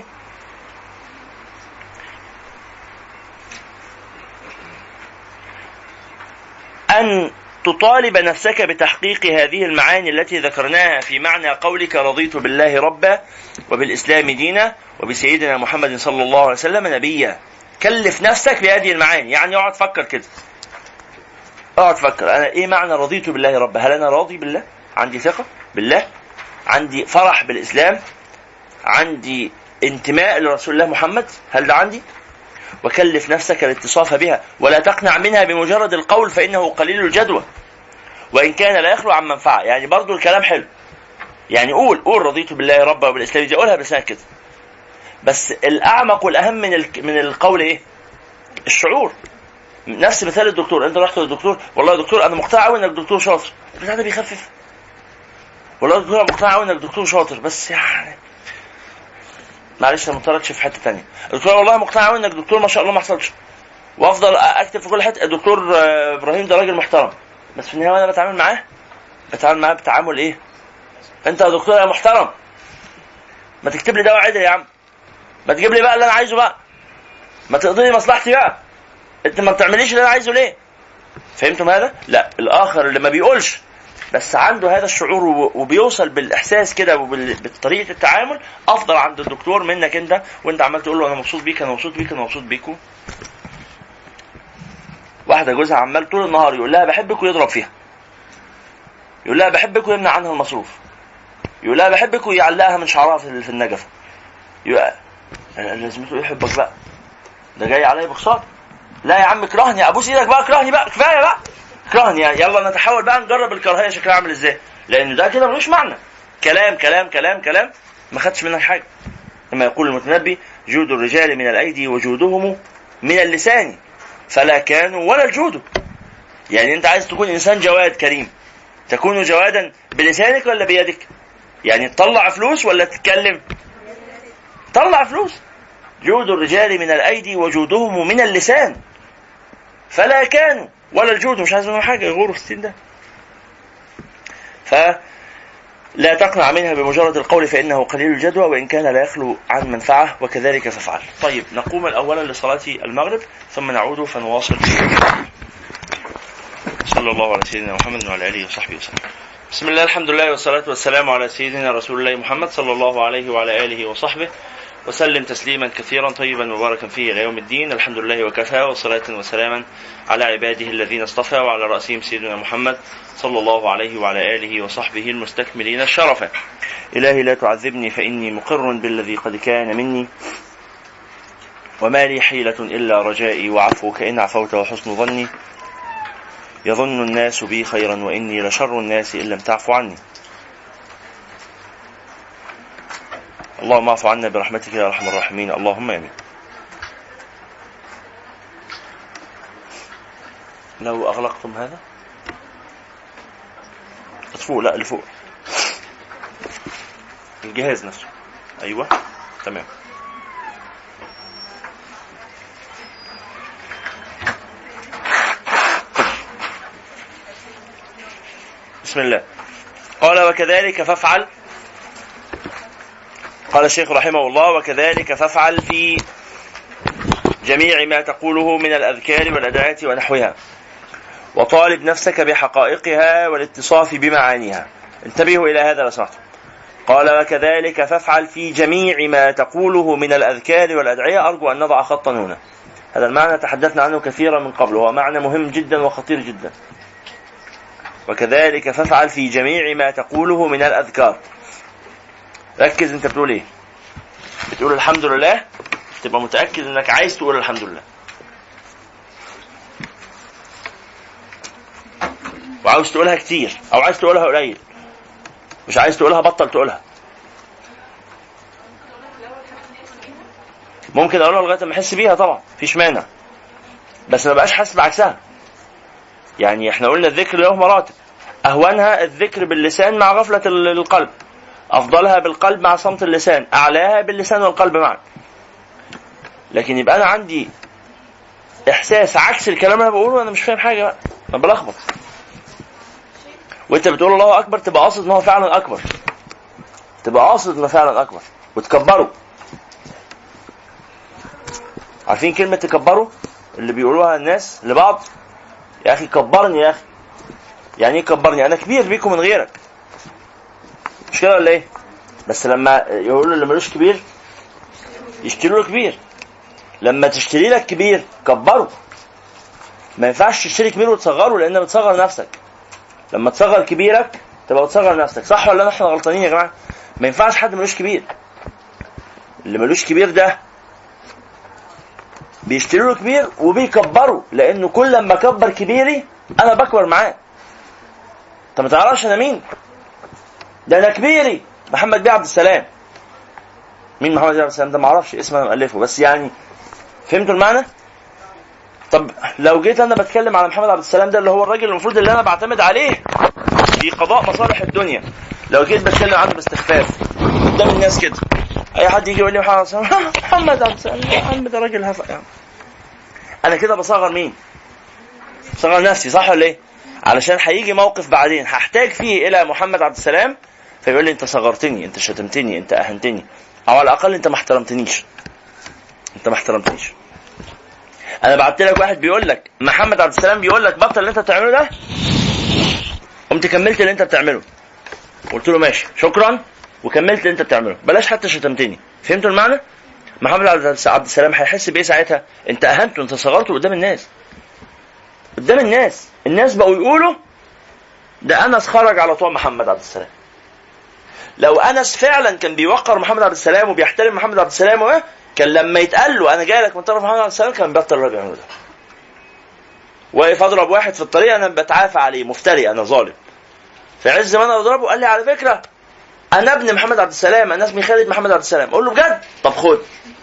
ان تطالب نفسك بتحقيق هذه المعاني التي ذكرناها في معنى قولك رضيت بالله ربا وبالإسلام دينا وبسيدنا محمد صلى الله عليه وسلم نبيا. كلف نفسك بهذه المعاني، يعني اقعد فكر كده، اقعد فكر انا ايه معنى رضيت بالله ربا؟ هل انا راضي بالله؟ عندي ثقة بالله؟ عندي فرح بالإسلام؟ عندي انتماء لرسول الله محمد؟ هل ده عندي؟ وكلف نفسك الاتصاف بها، ولا تقنع منها بمجرد القول فإنه قليل الجدوى وإن كان لا يخلو عن منفعة. يعني برضو الكلام حلو، يعني قول رضيت بالله ربا وبالإسلام دي، قولها بلسانك كده، بس الأعمق والأهم من القول إيه؟ الشعور. نفس مثال الدكتور، أنت رحت للدكتور، والله يا دكتور أنا مقتنع أوي إنك دكتور شاطر، بس هذا بيخفف. والله يا دكتور أنا مقتنع أوي إنك دكتور شاطر، بس يعني معلش انا مضطر اكشف في حته ثانيه. الدكتور والله مقتنع قوي انك دكتور ما شاء الله ما حصلش، وافضل اكتب في كل حته الدكتور ابراهيم ده راجل محترم، بس في النهايه وانا بتعامل معاه بتعامل ايه؟ انت يا دكتور يا محترم ما تكتب لي دواء عدل يا عم، ما تجيب لي بقى اللي انا عايزه بقى، ما تقضي لي مصلحتي بقى، انت ما بتعمليش اللي انا عايزه ليه؟ فهمتم هذا؟ لا، الاخر اللي ما بيقولش بس عنده هذا الشعور وبيوصل بالاحساس كده وبطريقه التعامل افضل عند الدكتور منك انت وانت عمال تقول له انا مبسوط بيك انا مبسوط بيك انا مبسوط بيكو. واحده جوزها عمال طول النهار يقول لها بحبك ويضرب فيها، يقول لها بحبك ويمنع عنها المصروف، يقول لها بحبك ويعلقها من شعرها في النجفه. لازمته يحبك بقى، ده جاي عليا بخساره. لا يا عم اكرهني، ابوس ايدك بقى، اكرهني بقى، كفايه بقى اكرهني، يعني يلا نتحاول بقى نجرب الكراهيه شكلها عامل ازاي، لان ده كده ملوش معنى، كلام كلام كلام كلام ما خدش منك حاجه. كما يقول المتنبي جود الرجال من الايدي وجودهم من اللسان فلا كانوا ولا الجود. يعني انت عايز تكون انسان جواد كريم، تكون جوادا بلسانك ولا بيدك؟ يعني تطلع فلوس ولا تتكلم؟ طلع فلوس. جود الرجال من الايدي وجودهم من اللسان فلا كانوا ولا الجود، مش عايز منهم حاجه يغوروا في السن ده. فلا تقنع منها بمجرد القول فانه قليل الجدوى وان كان لا يخلو عن منفعه وكذلك فافعل. طيب نقوم اولا لصلاه المغرب ثم نعود فنواصل. صلى الله على سيدنا محمد وعلى اله وصحبه وسلم. بسم الله الحمد لله والصلاه والسلام على سيدنا رسول الله محمد صلى الله عليه وعلى اله وصحبه وسلم تسليما كثيرا طيبا مباركا فيه إلى يوم الدين. الحمد لله وكفى، وصلاة وسلاما على عباده الذين اصطفى وعلى رأسهم سيدنا محمد صلى الله عليه وعلى آله وصحبه المستكملين الشرفا. إلهي لا تعذبني فإني مقر بالذي قد كان مني وما لي حيلة إلا رجائي وعفوك إن عفوت وحسن ظني يظن الناس بي خيرا وإني لشر الناس إن لم تعفو عني. اللهم اعف عنا برحمتك يا ارحم الراحمين، اللهم امين. لو اغلقتم هذا اطفئوا، لا اللي فوق الجهاز نفسه، ايوه تمام. بسم الله. قال وكذلك فافعل. قال الشيخ رحمه الله وكذلك فافعل في جميع ما تقوله من الأذكار والأدعيات ونحوها وطالب نفسك بحقائقها والاتصاف بمعانيها. انتبهوا إلى هذا لو سمحتم. قال وكذلك فافعل في جميع ما تقوله من الأذكار والأدعية. أرجو أن نضع خطا هنا، هذا المعنى تحدثنا عنه كثيرا من قبل، هو معنى مهم جدا وخطير جدا. وكذلك فافعل في جميع ما تقوله من الأذكار. ركز انت بتقول ايه. بتقول الحمد لله، تبقى متأكد انك عايز تقول الحمد لله. وعاوز تقولها كتير او عايز تقولها قليل، مش عايز تقولها بطل تقولها. ممكن اقولها لغايه ما احس بيها طبعا، مفيش مانع، بس ما بقاش حاسس بعكسها. يعني احنا قلنا الذكر له مراتب، اهونها الذكر باللسان مع غفله القلب، افضلها بالقلب مع صمت اللسان، اعلاها باللسان والقلب معا. لكن يبقى انا عندي احساس عكس الكلام اللي انا بقوله، انا مش فاهم حاجه بقى، انا بلخبط. وانت بتقول الله اكبر تبقى قاصد ان هو فعلا اكبر، تبقى قاصد انه فعلا اكبر وتكبره. عارفين كلمه تكبروا اللي بيقولوها الناس لبعض؟ يا اخي كبرني يا اخي. يعني ايه كبرني؟ انا كبير بيكم من غيرك، مش كده ولا ايه؟ بس لما يقولوا اللي ملوش كبير يشتروا له كبير. لما تشتري لك كبير كبره. ما ينفعش تشتري كبير وتصغره، لان بتصغر نفسك. لما تصغر كبيرك تبقى بتصغر نفسك. صح ولا احنا غلطانين يا جماعه؟ ما ينفعش حد ملوش كبير. اللي ملوش كبير ده بيشتروا له كبير وبيكبروا، لانه كل لما كبر كبيري انا بكبر معاه. انت ما تعرفش انا مين؟ ده انا كبيري محمد بيه عبد السلام. مين محمد بيه عبد السلام ده؟ ما اعرفش، اسمه انا مؤلفه بس. يعني فهمتوا المعنى؟ طب لو جيت انا بتكلم على محمد عبد السلام ده اللي هو الراجل المفروض اللي انا بعتمد عليه في قضاء مصالح الدنيا، لو جيت بتكلم عنه باستخفاف قدام الناس كده، اي حد يجي يقول لي محمد عبد السلام، محمد عبد السلام محمد ده راجل هفق يعني. انا كده بصغر مين؟ بصغر نفسي. صح ولا ايه؟ علشان هيجي موقف بعدين هحتاج فيه الى محمد عبد السلام فيقول لي انت صغرتني، انت شتمتني، انت اهنتني، او على الاقل انت ما احترمتنيش. انت ما احترمتنيش. انا بعت لك واحد بيقول لك محمد عبد السلام بيقول لك بطل اللي انت بتعمله ده، قمت كملت اللي انت بتعمله، قلت له ماشي شكرا وكملت اللي انت بتعمله، بلاش حتى شتمتني. فهمتوا المعنى؟ محمد عبد السلام هيحس بايه ساعتها؟ انت اهنته، انت صغرته قدام الناس. قدام الناس بقوا يقولوا ده انس خرج على طوع محمد عبد السلام. لو انس فعلا كان بيوقر محمد عبد السلام وبيحترم محمد عبد السلام كان لما يتقال له انا جاي لك من طرف محمد عبد السلام كان بيبطل اللي بيعمله ده. واقف اضرب واحد في الطريق انا بتعافى عليه، مفتري، انا ظالم، في عز ما انا اضربه قال لي على فكره انا ابن محمد عبد السلام، انا اسمي خالد محمد عبد السلام. اقول له بجد؟ طب خد.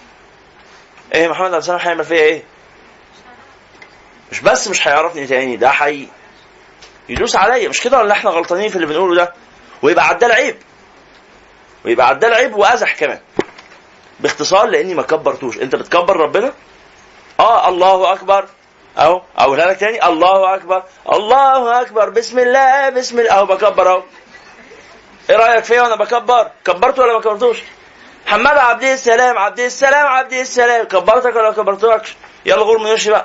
ايه محمد عبد السلام هيعمل فيا ايه؟ مش بس مش هيعرفني تاني، ده يدوس عليا. مش كده ولا احنا غلطانين في اللي بنقوله ده؟ ويبقى عدال عيب، ويبقى عدال عيب وازح كمان. باختصار لاني ما كبرتوش. انت بتكبر ربنا؟ الله اكبر اهو، اقولها لك تاني، الله اكبر الله اكبر بسم الله بسم الله اهو، بكبر اهو. ايه رايك فيا وانا بكبر؟ كبرته ولا ما كبرتوش؟ محمد عبد السلام عبد السلام عبد السلام، كبرتك ولا ما كبرتكش؟ يلا غور من وشي بقى.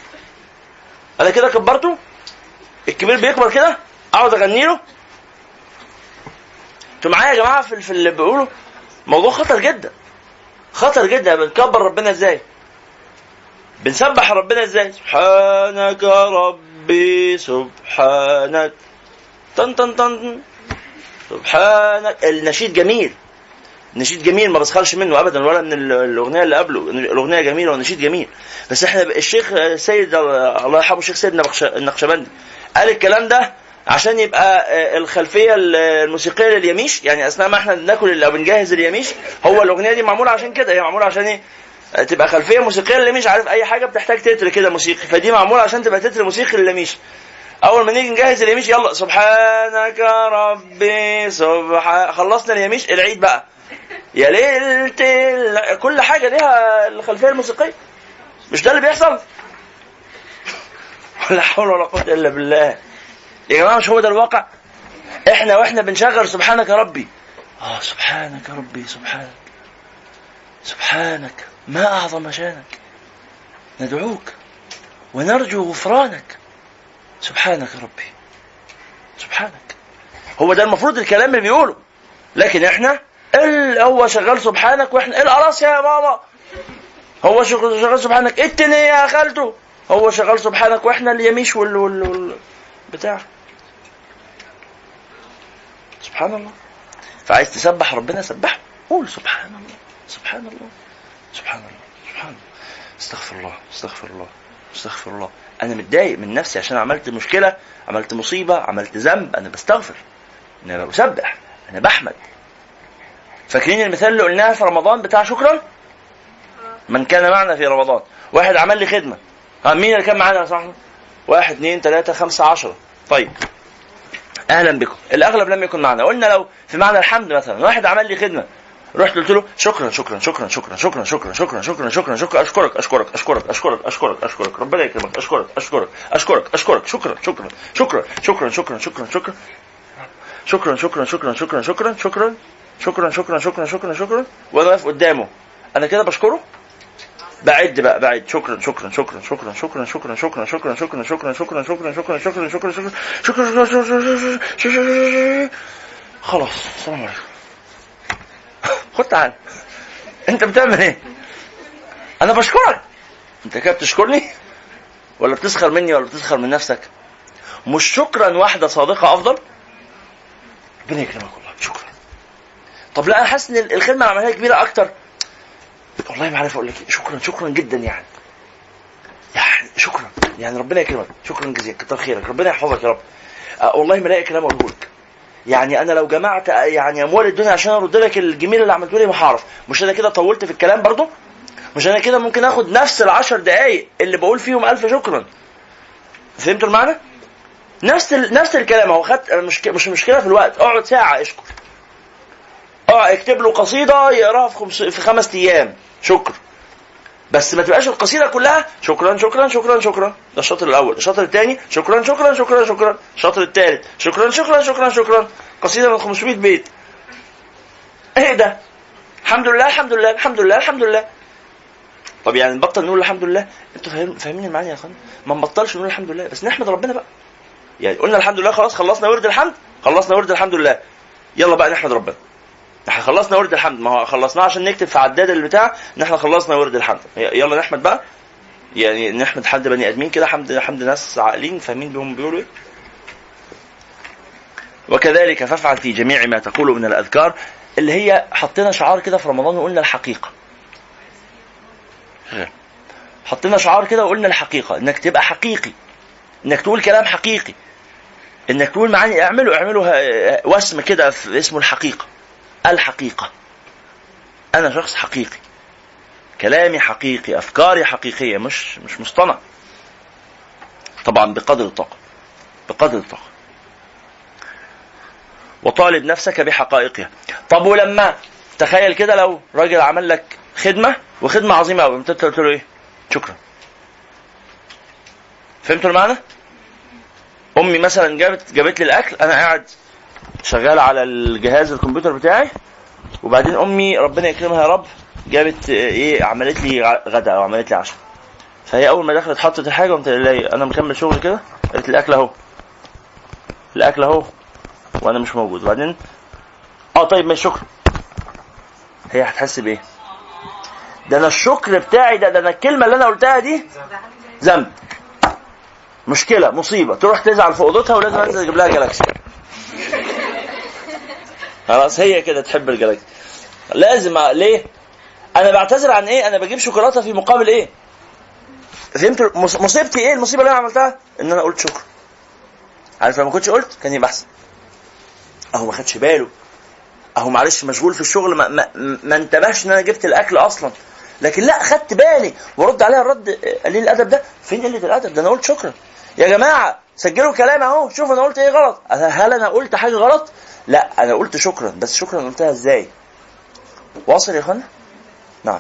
انا كده كبرته؟ الكبير بيكبر كده اقعد اغني له؟ انتوا معايا يا جماعه في اللي بيقولوا؟ موضوع خطر جدا، خطر جدا. بنكبر ربنا ازاي؟ بنسبح ربنا ازاي؟ سبحانك ربي سبحانك طن طن طن سبحانك. النشيد جميل، نشيد جميل ما بسخرش منه ابدا ولا من الاغنيه اللي قبله. الاغنيه جميله والنشيد جميل، بس احنا الشيخ سيد الله يرحمه الشيخ سيد النقشبندي قال الكلام ده عشان يبقى الخلفيه الموسيقيه لليميش. يعني اثناء ما احنا بناكل او بنجهز اليميش، هو الاغنيه دي معموله عشان كده. هي معموله عشان ايه؟ تبقى خلفيه موسيقيه لليميش. عارف اي حاجه بتحتاج تتر كده موسيقي، فدي معموله عشان تبقى تتر موسيقي لليميش. اول ما نيجي نجهز اليميش يلا سبحانك ربي خلصنا اليميش، العيد بقى يا ليلة، كل حاجه ليها الخلفيه الموسيقيه. مش ده اللي بيحصل؟ ولا حول ولا قوه الا بالله يا جماعه. مش هو ده الواقع؟ احنا واحنا بنشغل سبحانك ربي، سبحانك ربي سبحانك سبحانك ما اعظم شانك، ندعوك ونرجو غفرانك، سبحانك ربي سبحانك. هو ده المفروض الكلام اللي بيقوله. لكن احنا هو شغال سبحانك واحنا القراص يا ماما، هو شغال سبحانك التنية يا خالته، هو شغال سبحانك واحنا اليميش بتاع. سبحان الله. فعايز تسبح ربنا سبحه، قول سبحان الله سبحان الله سبحان الله سبحان الله، استغفر الله استغفر الله استغفر الله، انا متضايق من نفسي عشان عملت مشكله، عملت مصيبه، عملت ذنب، انا بستغفر، انا بسبح، انا بحمد. فاكرين المثال اللي قلناه في رمضان بتاع شكرا؟ من كان معنا في رمضان، واحد عمل لي خدمه، مين اللي كان معانا يا صاحبي؟ 1 2 3 5 10. طيب اهلا بكم. الاغلب لم يكن معنا. قلنا لو في معنى الحمد مثلا واحد عمل لي خدمه، رحت قلت له شكرا شكرا شكرا شكرا شكرا شكرا شكرا شكرا شكرا شكرا، اشكرك اشكرك اشكرك اشكرك اشكرك اشكرك، ربنا يكرمك، اشكرك اشكرك اشكرك اشكرك، شكرا شكرا شكرا شكرا شكرا شكرا شكرا شكرا شكرا شكرا شكرا شكرا شكرا شكرا شكرا شكرا شكرا شكرا، وانا واقف قدامه انا كده بشكره. بعد بقى، بعد شكرا شكرا شكرا شكرا شكرا شكرا شكرا شكرا شكرا شكرا شكرا شكرا شكرا شكرا شكرا شكرا شكرا. خلاص السلام عليكم. خد تعال، انت بتعمل ايه؟ انا بشكرك. انت كده بتشكرني ولا بتسخر مني ولا بتسخر من نفسك؟ مش شكرا واحده صادقه افضل؟ ربنا يكرمك والله شكرا. طب لا انا حاسس ان الخدمه اللي عملها كبيره اكتر، والله ما عارف اقول لك شكرا شكرا جدا يعني شكرا يعني ربنا يكرمك، شكرا جزيلا، كتر خيرك، ربنا يحفظك يا رب. والله ما لاقي كلام اقوله لك. يعني انا لو جمعت يعني اموال الدنيا عشان ارد لك الجميل اللي عملته لي ما هعرف. مش انا كده طولت في الكلام برضو؟ مش انا كده ممكن اخد نفس 10 دقايق اللي بقول فيهم 1000 شكرا؟ فهمتوا المعنى؟ نفس الكلام اهو. خدت مش مشكله في الوقت، اقعد ساعه اشكر، اكتب له قصيده يقراها في 5 ايام شكر، بس ما تبقاش القصيده كلها شكرا شكرا شكرا شكرا. ده الشاطر الاول. الشاطر الثاني شكرا شكرا شكرا شكرا. الشاطر الثالث شكرا شكرا شكرا شكرا. قصيده من 500 بيت. ايه ده؟ الحمد لله الحمد لله الحمد لله الحمد لله. طب يعني نبطل نقول الحمد لله؟ انتوا فاهمين المعنى يا اخوان؟ ما نبطلش نقول الحمد لله، بس نحمد ربنا بقى. يعني قلنا الحمد لله خلاص، خلصنا ورد الحمد، خلصنا ورد الحمد لله، يلا بقى نحمد ربنا. احنا خلصنا ورد الحمد، ما هو خلصناه عشان نكتب في عداد البتاع ان احنا خلصنا ورد الحمد، يلا نحمد بقى. يعني نحمد حد بني ادمين كده، حمد ناس عاقلين فاهمين بهم بيقولوا ايه. وكذلك فافعل في جميع ما تقوله من الاذكار، اللي هي حطينا شعار كده في رمضان وقلنا الحقيقه. حطينا شعار كده وقلنا الحقيقه، انك تبقى حقيقي، انك تقول كلام حقيقي، انك تقول معاني. اعملوا واسم كده اسمه الحقيقه. الحقيقه، انا شخص حقيقي، كلامي حقيقي، افكاري حقيقيه، مش مصطنع. طبعا بقدر الطاقه، بقدر الطاقه. وطالب نفسك بحقائقها. طب ولما تخيل كده لو راجل عمل لك خدمه وخدمه عظيمه قوي، انت قلت له ايه؟ شكرا. فهمتوا المعنى؟ امي مثلا جابت لي الاكل، انا قاعد شغال على الجهاز الكمبيوتر بتاعي، وبعدين امي ربنا يكرمها يا رب جابت ايه، عملت لي غدا او عملت لي عشاء. فهي اول ما دخلت حطت الحاجه قمت الاقي انا مكمل شغل كده، قالت لي الاكل اهو، الاكل اهو، وانا مش موجود. وبعدين طيب ماشي شكرا. هي هتحس بايه؟ ده انا الشكر بتاعي ده انا الكلمه اللي انا قلتها دي ذنب، مشكله، مصيبه، تروح تزعل في اوضتها ولازم انزل اجيب لها جلاكسي. خلاص هي كده تحب الجلاكسي. لازم ليه؟ انا بعتذر عن ايه؟ انا بجيب شوكولاته في مقابل ايه؟ فهمت مصيبتي ايه؟ المصيبه اللي انا عملتها ان انا قلت شكرا. عارف لو ما كنتش قلت كان يبقى احسن. اهو ما خدش باله، اهو معلش مشغول في الشغل، ما انتبهش ان انا جبت الاكل اصلا. لكن لا، خدت بالي ورد عليها الرد قليل الادب ده. فين قله الادب ده؟ انا قلت شكرا يا جماعه، سجلوا كلام اهو، شوف انا قلت ايه غلط. هل انا قلت حاجه غلط؟ لا، انا قلت شكرا، بس شكرا قلتها ازاي؟ واصل يا اخوانا؟ نعم.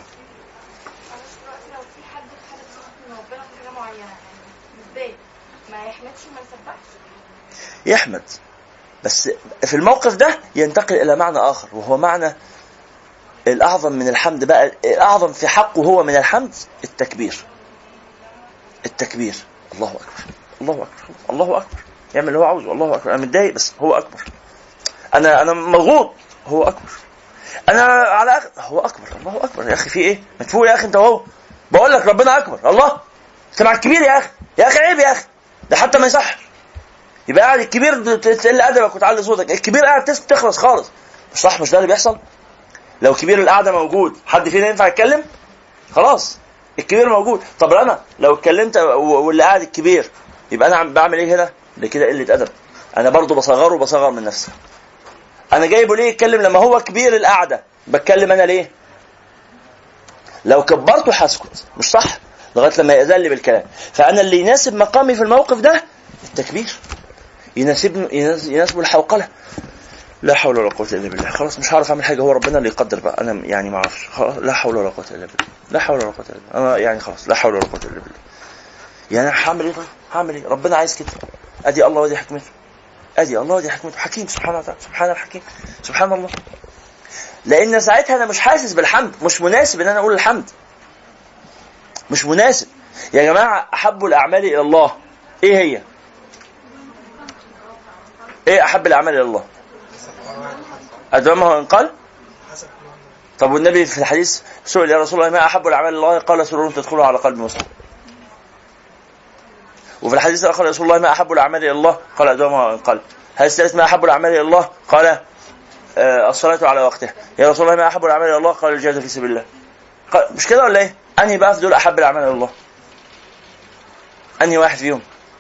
يحمد، بس في الموقف ده ينتقل إلى معنى آخر، وهو معنى الأعظم من الحمد بقى. الأعظم في حقه هو من الحمد التكبير. التكبير، الله أكبر الله أكبر الله أكبر، يعمل اللي هو عاوزه، الله أكبر. أنا متضايق بس هو أكبر، أنا مضغوط، هو أكبر، أنا على هو أكبر، الله أكبر. يا أخي في إيه؟ مدفوع يا أخي أنت وهو، بقول لك ربنا أكبر، الله سمع الكبير يا أخي، يا أخي عيب يا أخي، ده حتى ما يصح. يبقى قاعد الكبير تقل ادبك وتعلي صوتك، الكبير قاعد تخلص خالص، مش صح؟ مش ده اللي بيحصل؟ لو كبير القعده موجود حد فينا ينفع يتكلم؟ خلاص الكبير موجود. طب انا لو اتكلمت واللي قاعد الكبير يبقى انا بعمل ايه هنا؟ ده كده قله ادب. انا برضو بصغر من نفسي. انا جايبه ليه يتكلم لما هو كبير القعده؟ بتكلم انا ليه؟ لو كبرته هسكت، مش صح؟ لغايه لما يأذن لي بالكلام. فانا اللي يناسب مقامي في الموقف ده التكبير، يناسب الحوقله. لا حول ولا قوه الا بالله. خلاص مش هعرف اعمل حاجه، هو ربنا اللي يقدر بقى، انا يعني ما اعرفش. لا حول ولا قوه الا بالله. لا حول ولا قوه الا بالله. انا يعني خلاص لا حول ولا قوه الا بالله. يعني هعمل ايه؟ طيب هعمل ايه؟ ربنا عايز كده. ادي الله ودي حكمته. ادي الله ودي حكمته. حكيم سبحانه وتعالى. سبحان الحكيم. سبحان الله. لان ساعتها انا مش حاسس بالحمد. مش مناسب ان انا اقول الحمد. مش مناسب. يا جماعه احب الاعمال الى الله ايه هي؟ ايه احب الاعمال الى الله؟ ادومه ان قال. طب والنبي في الحديث سئل يا رسول الله ما احب الاعمال الى الله؟ قال سرور تدخلها على قلب مسلم. وفي الحديث الاخر يا رسول الله ما احب الاعمال الى الله؟ قال ادومه ان قال. هل الثالث ما احب الاعمال الى الله؟ قال الصلاه على وقتها. يا رسول الله ما احب الاعمال الى الله؟ قال الجهاد في سبيل الله. مش كده ولا ايه؟ انهي بقى في دول احب الاعمال الى الله؟ انهي واحد فيهم؟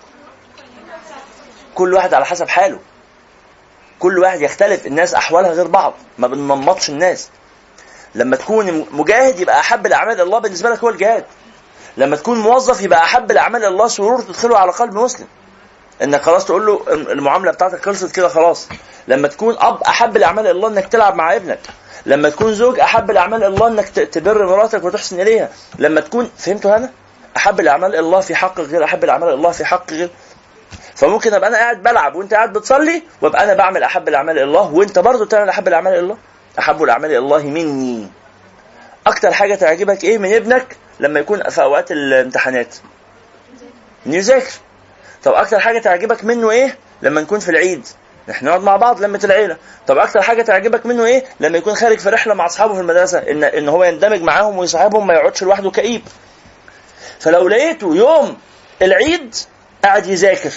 كل واحد على حسب حاله. كل واحد يختلف. الناس احوالها غير بعض. ما بننمطش الناس. لما تكون مجاهد يبقى احب الاعمال الى الله بالنسبه لك هو الجهاد. لما تكون موظف يبقى احب الاعمال الى الله سرور تدخله على قلب مسلم، انك خلاص تقول له المعامله بتاعتك خلصت كده خلاص. لما تكون اب احب الاعمال الى الله انك تلعب مع ابنك. لما تكون زوج احب الاعمال الى الله انك تبر مراتك وتحسن اليها. لما تكون فهمتوا هنا؟ احب الاعمال الى الله في حق غير احب الاعمال الى الله في حق غير. فممكن ابقى انا قاعد بلعب وانت قاعد بتصلي وابقى انا بعمل احب الاعمال الى الله وانت برضو تعمل احب الاعمال الى الله. احب الاعمال الى الله مني. اكتر حاجه تعجبك ايه من ابنك لما يكون في اوقات الامتحانات؟ انه يذاكر. طب اكتر حاجه تعجبك منه ايه لما نكون في العيد؟ نحن نقعد مع بعض لمة العيله. طب اكتر حاجه تعجبك منه ايه لما يكون خارج في رحله مع اصحابه في المدرسه؟ ان هو يندمج معاهم ويصاحبهم، ما يقعدش لوحده كئيب. فلو لقيته يوم العيد قاعد يذاكر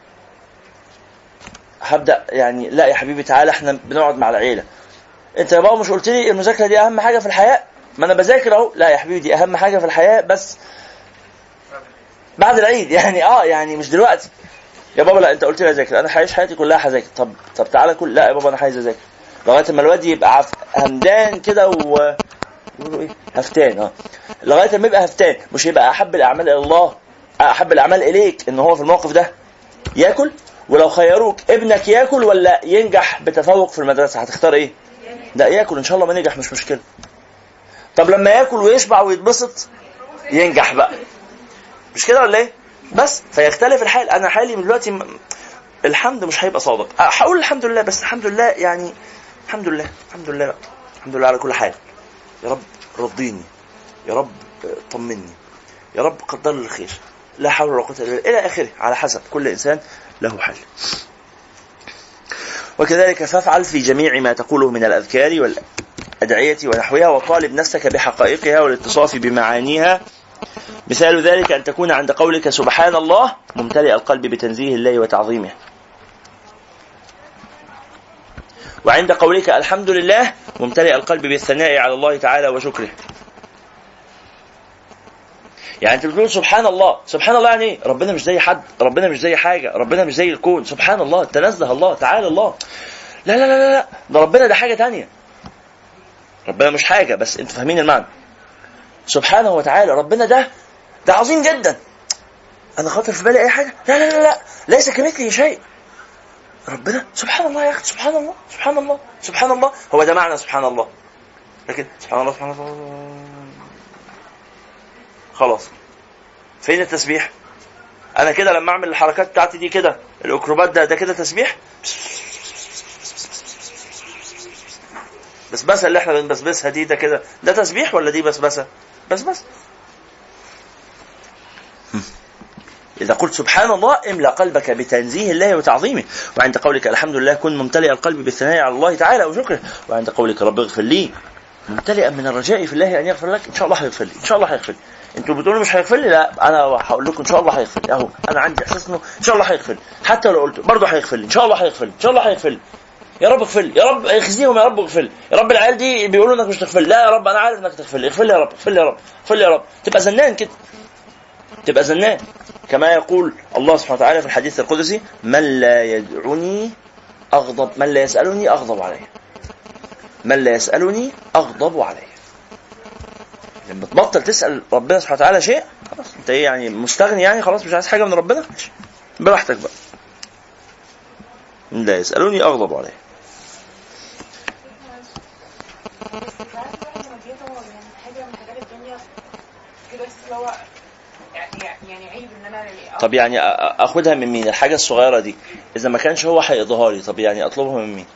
هبدا يعني لا يا حبيبي تعالى احنا بنقعد مع العيله. انت يا بابا مش قلت لي المذاكره دي اهم حاجه في الحياه؟ ما انا بذاكر اهو. لا يا حبيبي دي اهم حاجه في الحياه بس بعد العيد يعني يعني مش دلوقتي. يا بابا لا انت قلت لي اذاكر، انا هعيش حياتي كلها هذاكر. طب تعالى كل. لا يا بابا انا عايز اذاكر. لغايه ما الواد يبقى همدان كده يقولوا ايه هفتان. لغايه ما يبقى هفتان مش يبقى احب الاعمال الى الله. احب الاعمال اليك ان هو في الموقف ده ياكل. ولو خيروك ابنك ياكل ولا ينجح بتفوق في المدرسه هتختار ايه؟ ده ياكل ان شاء الله ما ننجح مش مشكله. طب لما ياكل ويشبع ويتبسط ينجح بقى. مش كده ولا ايه؟ بس فيختلف الحال. انا حالي من دلوقتي الحمد مش هيبقى صادق. هقول الحمد لله بس الحمد لله يعني الحمد لله الحمد لله على كل حال. يا رب رضيني، يا رب طمني، يا رب قدر لي الخير. لا حول ولا قوه الا بالله الى اخره. على حسب كل انسان له حال. وكذلك فافعل في جميع ما تقوله من الأذكار والأدعية ونحوها وطالب نفسك بحقائقها والاتصاف بمعانيها. مثال ذلك أن تكون عند قولك سبحان الله ممتلئ القلب بتنزيه الله وتعظيمه، وعند قولك الحمد لله ممتلئ القلب بالثناء على الله تعالى وشكره. يعني انت بتقول سبحان الله. سبحان الله يعني ايه؟ ربنا مش زي حد، ربنا مش زي حاجه، ربنا مش زي الكون. سبحان الله تنزه الله تعالى الله. لا لا لا لا ده ربنا ده حاجه تانية. ربنا مش حاجه بس انتوا فاهمين المعنى. سبحانه وتعالى ربنا ده عظيم جدا. انا خاطر في بالي اي حاجه؟ لا لا لا لا ليس كمثله شيء. ربنا سبحان الله يا اخي. سبحان الله سبحان الله سبحان الله. هو ده معنى سبحان الله. لكن سبحان الله سبحان الله خلاص. فين التسبيح؟ انا كده لما اعمل الحركات بتاعتي دي كده الاكروبات ده كده تسبيح. بس اللي احنا بنبسبسها دي ده كده ده تسبيح ولا دي بس إذا قلت سبحان الله املأ قلبك بتنزيه الله وتعظيمه. وعند قولك الحمد لله كن ممتلئ القلب بالثناء على الله تعالى وشكره. وعند قولك رب اغفر لي ممتلئا من الرجاء في الله أن يغفر لك. إن شاء الله هيغفر لي. إن شاء الله هيغفر لي. انتوا بتقولوا مش هيغفر لي. لا انا هقول لكم ان شاء الله هيغفر لي. اهو انا عندي احساس انه ان شاء الله هيغفر لي. حتى لو قلت برضه هيغفر لي. ان شاء الله هيغفر لي. ان شاء الله هيغفر لي. يا رب اغفر لي، يا رب اخزيهم، يا رب اغفر لي، يا رب العيال دي بيقولوا انك مش تغفر لي، لا يا رب انا عارف انك تغفر لي، اغفر لي يا رب، اغفر لي يا رب، اغفر لي يا رب. تبقى زنان كده، تبقى زنان. كما يقول الله سبحانه وتعالى في الحديث القدسي: من لا يدعوني اغضب، من لا يسألني اغضب عليه، من لا يسألني اغضب عليه. لما تبطل تسأل ربنا سبحانه وتعالى شيء، خلاص انت ايه يعني، مستغني يعني، خلاص مش عايز حاجة من ربنا، براحتك بقى. من لا يسألني اغضب عليه. طب يعني اخدها من مين الحاجة الصغيرة دي؟ اذا ما كانش هو هيقضيها لي، طب يعني اطلبها من مين؟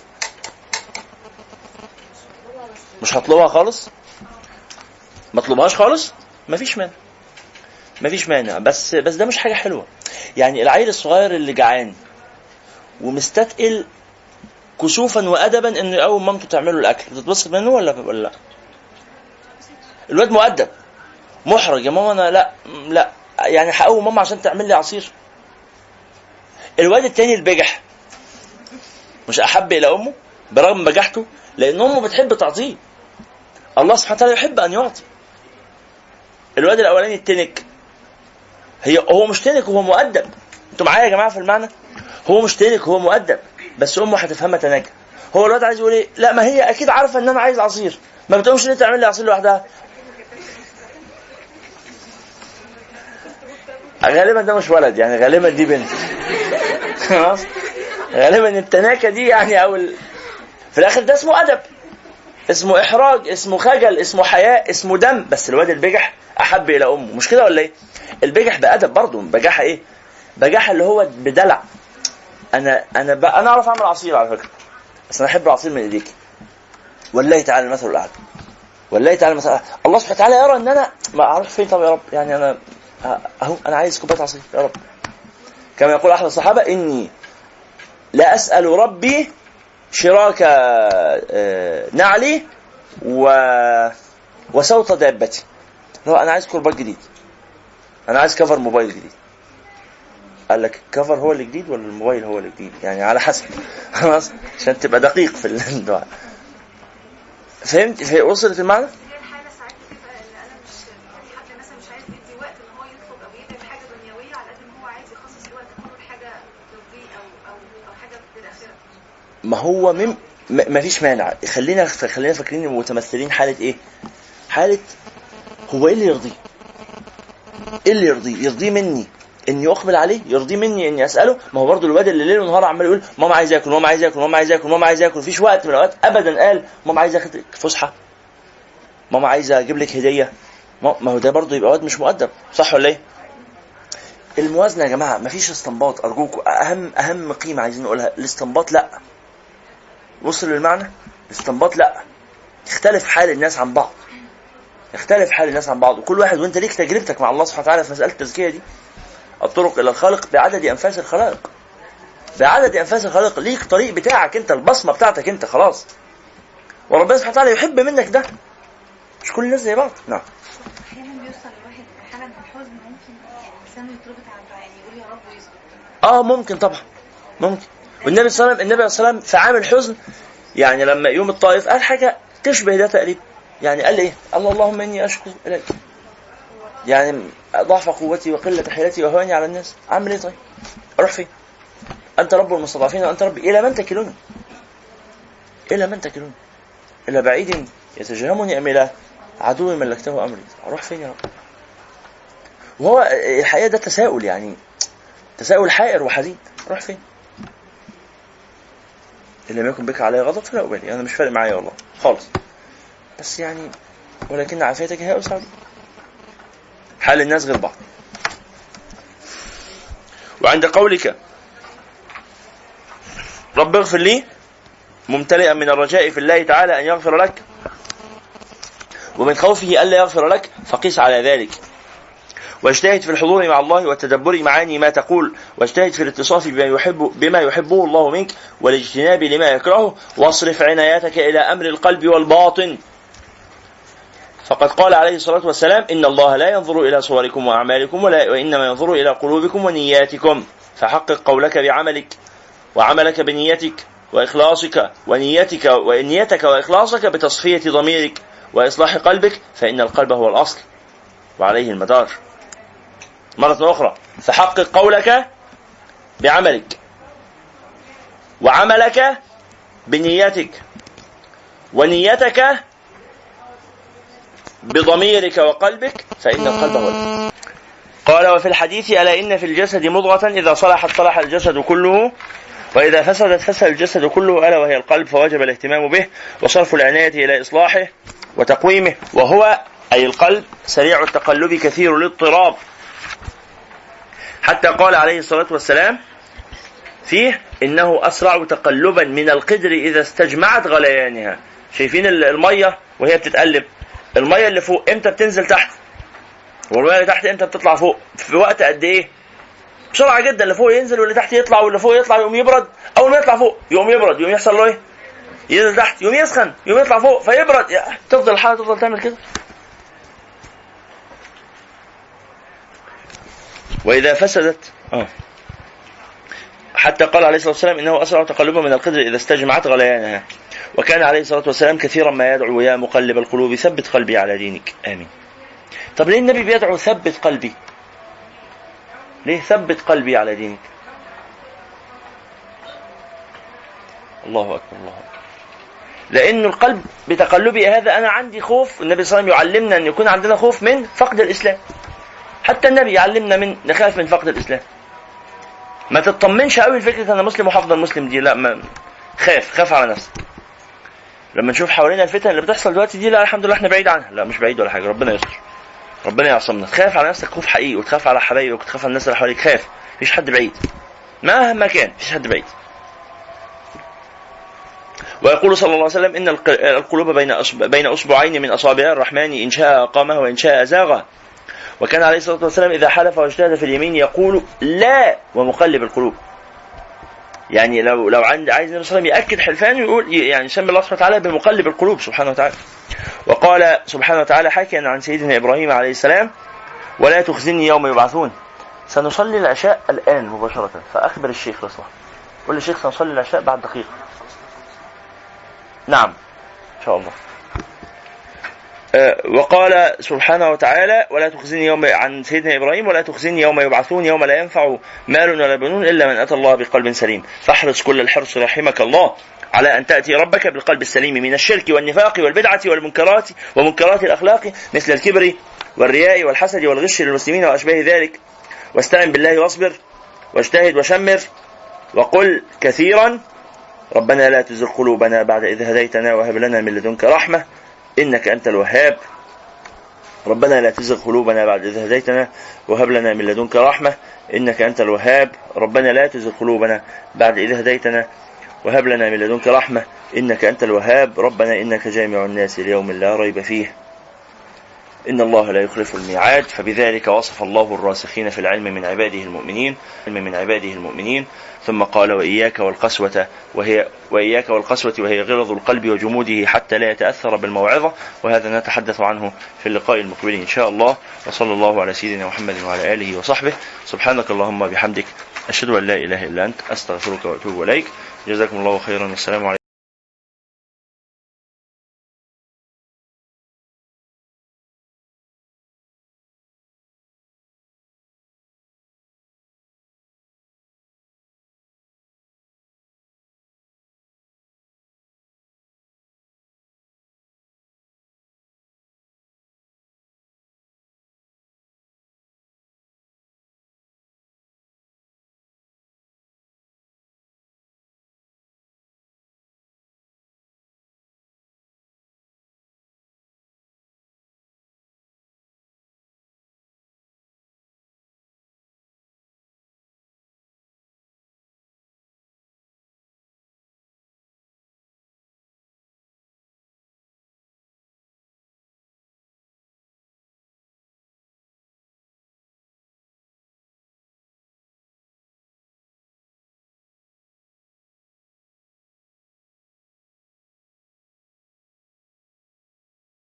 مش هطلبها خالص، ما اطلبهاش خالص، مفيش مانع، مفيش مانع. بس ده مش حاجة حلوة. يعني العيل الصغير اللي جعان ومستثقل كسوفا وادبا انه اول مامته تعمله الاكل، تتبسط منه ولا لا؟ الواد مؤدب محرج، يا ماما انا لا يعني هقوم ماما عشان تعمل لي عصير. الواد التاني البجح مش احب الى امه برغم بجحته، لان امه بتحب تعطيه. الله سبحانه وتعالى يحب ان يعطي. الواد الاولاني التنك، هو مش تنك، هو مؤدب. انتوا معايا يا جماعه في المعنى؟ هو مش تنك، هو مؤدب، بس امه هتفهمها تناكه. هو الواد عايز يقول ايه؟ لا ما هي اكيد عارفه ان انا عايز عصير، ما بتقومش ليه تعمل لي عصير لوحدها؟ غالبا ده مش ولد، يعني غالبا دي بنت. خلاص، غالبا التناكه دي يعني في الاخر ده اسمه ادب، اسمه احراج، اسمه خجل، اسمه حياء، اسمه دم. بس الواد البجح احب الى امه، مش كده ولا ايه؟ البجح بادب برضه. بجاحه ايه؟ بجاحه اللي هو بدلع. انا اعرف اعمل عصير على فكره، بس انا احب العصير من ايديك. والله تعالى المثل الاعلى، والله تعالى المثل. الله سبحانه وتعالى يرى ان انا ما اعرف فين. طب يا رب يعني انا اهو انا عايز كوبايه عصير يا رب. كما يقول احد الصحابه: اني لا اسال ربي شراك نعلي وصوت دابتي. لا انا عايز كرباج جديد، انا عايز كفر موبايل جديد. قال لك الكفر هو اللي جديد ولا الموبايل هو اللي جديد؟ يعني على حسب. خلاص عشان تبقى دقيق في الدعاء. فهمت؟ وصلت المعنى؟ ما هو ما فيش مانع. خلينا فاكرين متمثلين حالة ايه؟ حالة هو ايه اللي يرضيه؟ ايه اللي يرضيه مني اني اقبل عليه، يرضيه مني اني اساله. ما هو برضو الواد اللي ليل ونهار عمال يقول ماما عايز اكل، ماما عايز اكل، ماما عايز اكل، ماما عايز اكل، مفيش وقت من الاوقات ابدا قال ماما عايز اخدك فسحه، ماما عايز اجيب لك هديه. ما هو ده برضو يبقى واد مش مؤدب، صح ولا ايه؟ الموازنه يا جماعه، مفيش استنباط ارجوكم. اهم قيمه عايزين نقولها، الاستنباط لا. وصل للمعنى؟ الاستنباط لا. يختلف حال الناس عن بعض، يختلف حال الناس عن بعض، وكل واحد وانت ليك تجربتك مع الله سبحانه وتعالى في مساله التزكيه دي. الطرق الى الخالق بعدد انفاس الخلائق، بعدد انفاس الخلائق. ليك طريق بتاعك انت، البصمه بتاعتك انت، خلاص. وربنا سبحانه وتعالى يحب منك ده. مش كل الناس زي بعض. نعم. احيانا بيوصل الواحد حاله من الحزن، ممكن يعني لسانه يتربط على الدعاء، يعني يقول يا رب ويسكت. ممكن طبعا، ممكن. والنبي صلى الله عليه وسلم في عام الحزن، يعني لما يوم الطائف قال حاجه تشبه ده تقريبا. يعني قال ايه؟ اللهم اني اشكو اليك، يعني ضعف قوتي وقله حيلتي وهواني على الناس. اعمل ايه طيب؟ اروح فين؟ انت رب المستضعفين وانت ربي، الى من تكلوني؟ الى من تكلوني؟ الى بعيد يتجهمني ام الى عدو ملكته امري؟ اروح فين يا رب؟ وهو الحقيقه ده تساؤل، يعني تساؤل حائر وحزين. اروح فين؟ ان لم يكن بك علي غضب فلا ابالي، انا مش فارق معايا والله خالص، بس يعني ولكن عافيتك هي اوسع. حال الناس غير بعض. وعند قولك رب اغفر لي، ممتلئا من الرجاء في الله تعالى أن يغفر لك ومن خوفه ألا يغفر لك، فقيس على ذلك. واجتهد في الحضور مع الله والتدبر معاني ما تقول، واجتهد في الاتصاف بما يحبه الله منك والاجتناب لما يكرهه، واصرف عناياتك إلى أمر القلب والباطن. فقد قال عليه الصلاة والسلام: إن الله لا ينظر إلى صوركم وأعمالكم وإنما ينظر إلى قلوبكم ونياتكم. فحقق قولك بعملك وعملك بنيتك، وإخلاصك ونيتك وإخلاصك بتصفية ضميرك وإصلاح قلبك، فإن القلب هو الأصل وعليه المدار. مرة أخرى، فحقق قولك بعملك، وعملك بنيتك، ونيتك بضميرك وقلبك، فإن القلب هو الأصل. قال: وفي الحديث: ألا إن في الجسد مضغة إذا صلحت صلح الجسد كله، وإذا فسدت فسد الجسد كله، ألا وهي القلب، فوجب الاهتمام به وصرف العناية إلى إصلاحه وتقويمه، وهو أي القلب سريع التقلب كثير الاضطراب، حتى قال عليه الصلاة والسلام فيه: إنه أسرع تقلبا من القدر إذا استجمعت غليانها. شايفين المية وهي بتتقلب، المية اللي فوق إمتى بتنزل تحت، والمية اللي تحت إمتى بتطلع فوق؟ في وقت قد إيه؟ بسرعة جدا. اللي فوق ينزل واللي تحت يطلع، واللي فوق يطلع يقوم يبرد، أول ما يطلع فوق يقوم يبرد، يقوم يحصل له إيه؟ ينزل تحت يقوم يسخن، يقوم يطلع فوق فيبرد، تفضل الحالة تفضل تعمل كده. وإذا فسدت حتى قال عليه الصلاة والسلام: إنه أسرع تقلبا من القدر إذا استجمعت غليانها. وكان عليه الصلاة والسلام كثيرا ما يدعو: يا مقلب القلوب ثبت قلبي على دينك. آمين. طب ليه النبي بيدعو ثبت قلبي؟ ليه ثبت قلبي على دينك؟ الله أكبر، الله أكبر. لأن القلب بتقلبي هذا أنا عندي خوف. النبي صلى الله عليه وسلم يعلمنا أن يكون عندنا خوف من فقد الإسلام. حتى النبي يعلمنا من نخاف من فقد الإسلام. ما تطمنش قوي الفكرة أنا مسلم وحافظ المسلم دي، لا، ما خاف على نفسك. لما نشوف حوالينا الفتن اللي بتحصل دلوقتي دي، لا الحمد لله احنا بعيد عنها، لا مش بعيد ولا حاجة، ربنا يستر، ربنا يعصمنا. تخاف على نفسك خوف حقيقي، وتخاف على حبايبك، وتخاف على الناس اللي حواليك. خاف، مفيش حد بعيد مهما كان، مفيش حد بعيد. ويقول صلى الله عليه وسلم: إن القلوب بين أصبعين من أصابع الرحمن، إن شاء أقامه وإن شاء أزاغه. وكان عليه الصلاة والسلام إذا حلف واجتهد في اليمين يقول: لا ومقلب القلوب. يعني لو عايز النبي صلى الله عليه وسلم يأكد حلفان يقول، يعني يسمي الله سبحانه وتعالى بمقلب القلوب سبحانه وتعالى. وقال سبحانه وتعالى حكيا عن سيدنا إبراهيم عليه السلام: ولا تخزني يوم يبعثون. سنصلي العشاء الآن مباشرة، فأخبر الشيخ لصلاح، قل للشيخ سنصلي العشاء بعد دقيقة. نعم إن شاء الله. وقال سبحانه وتعالى: ولا تخزني يوم، عن سيدنا إبراهيم: ولا تخزني يوم يبعثون يوم لا ينفع مال ولا بنون إلا من أتى الله بقلب سليم. فاحرص كل الحرص رحمك الله على أن تأتي ربك بالقلب السليم من الشرك والنفاق والبدعة والمنكرات ومنكرات الأخلاق مثل الكبر والرياء والحسد والغش للمسلمين وأشباه ذلك. واستعن بالله واصبر واجتهد وشمر وقل كثيرا: ربنا لا تزغ قلوبنا بعد إذ هديتنا وهب لنا من لدنك رحمة إنك أنت الوهاب. ربنا لا تزغ قلوبنا بعد إذ هديتنا وهب لنا من لدنك رحمة إنك أنت الوهاب. ربنا لا تزغ قلوبنا بعد إذ هديتنا وهب لنا من لدنك رحمة إنك أنت الوهاب. ربنا إنك جامع الناس ليوم لا ريب فيه إن الله لا يخلف الميعاد. فبذلك وصف الله الراسخين في العلم من عباده المؤمنين. ثم قال: وإياك والقسوة وهي غلظ القلب وجموده حتى لا يتأثر بالموعظة. وهذا نتحدث عنه في اللقاء المقبل إن شاء الله. وصلى الله على سيدنا محمد وعلى آله وصحبه. سبحانك اللهم بحمدك، أشهد أن لا إله إلا أنت، أستغفرك وأتوب إليك. جزاكم الله خيرا. والسلام عليكم.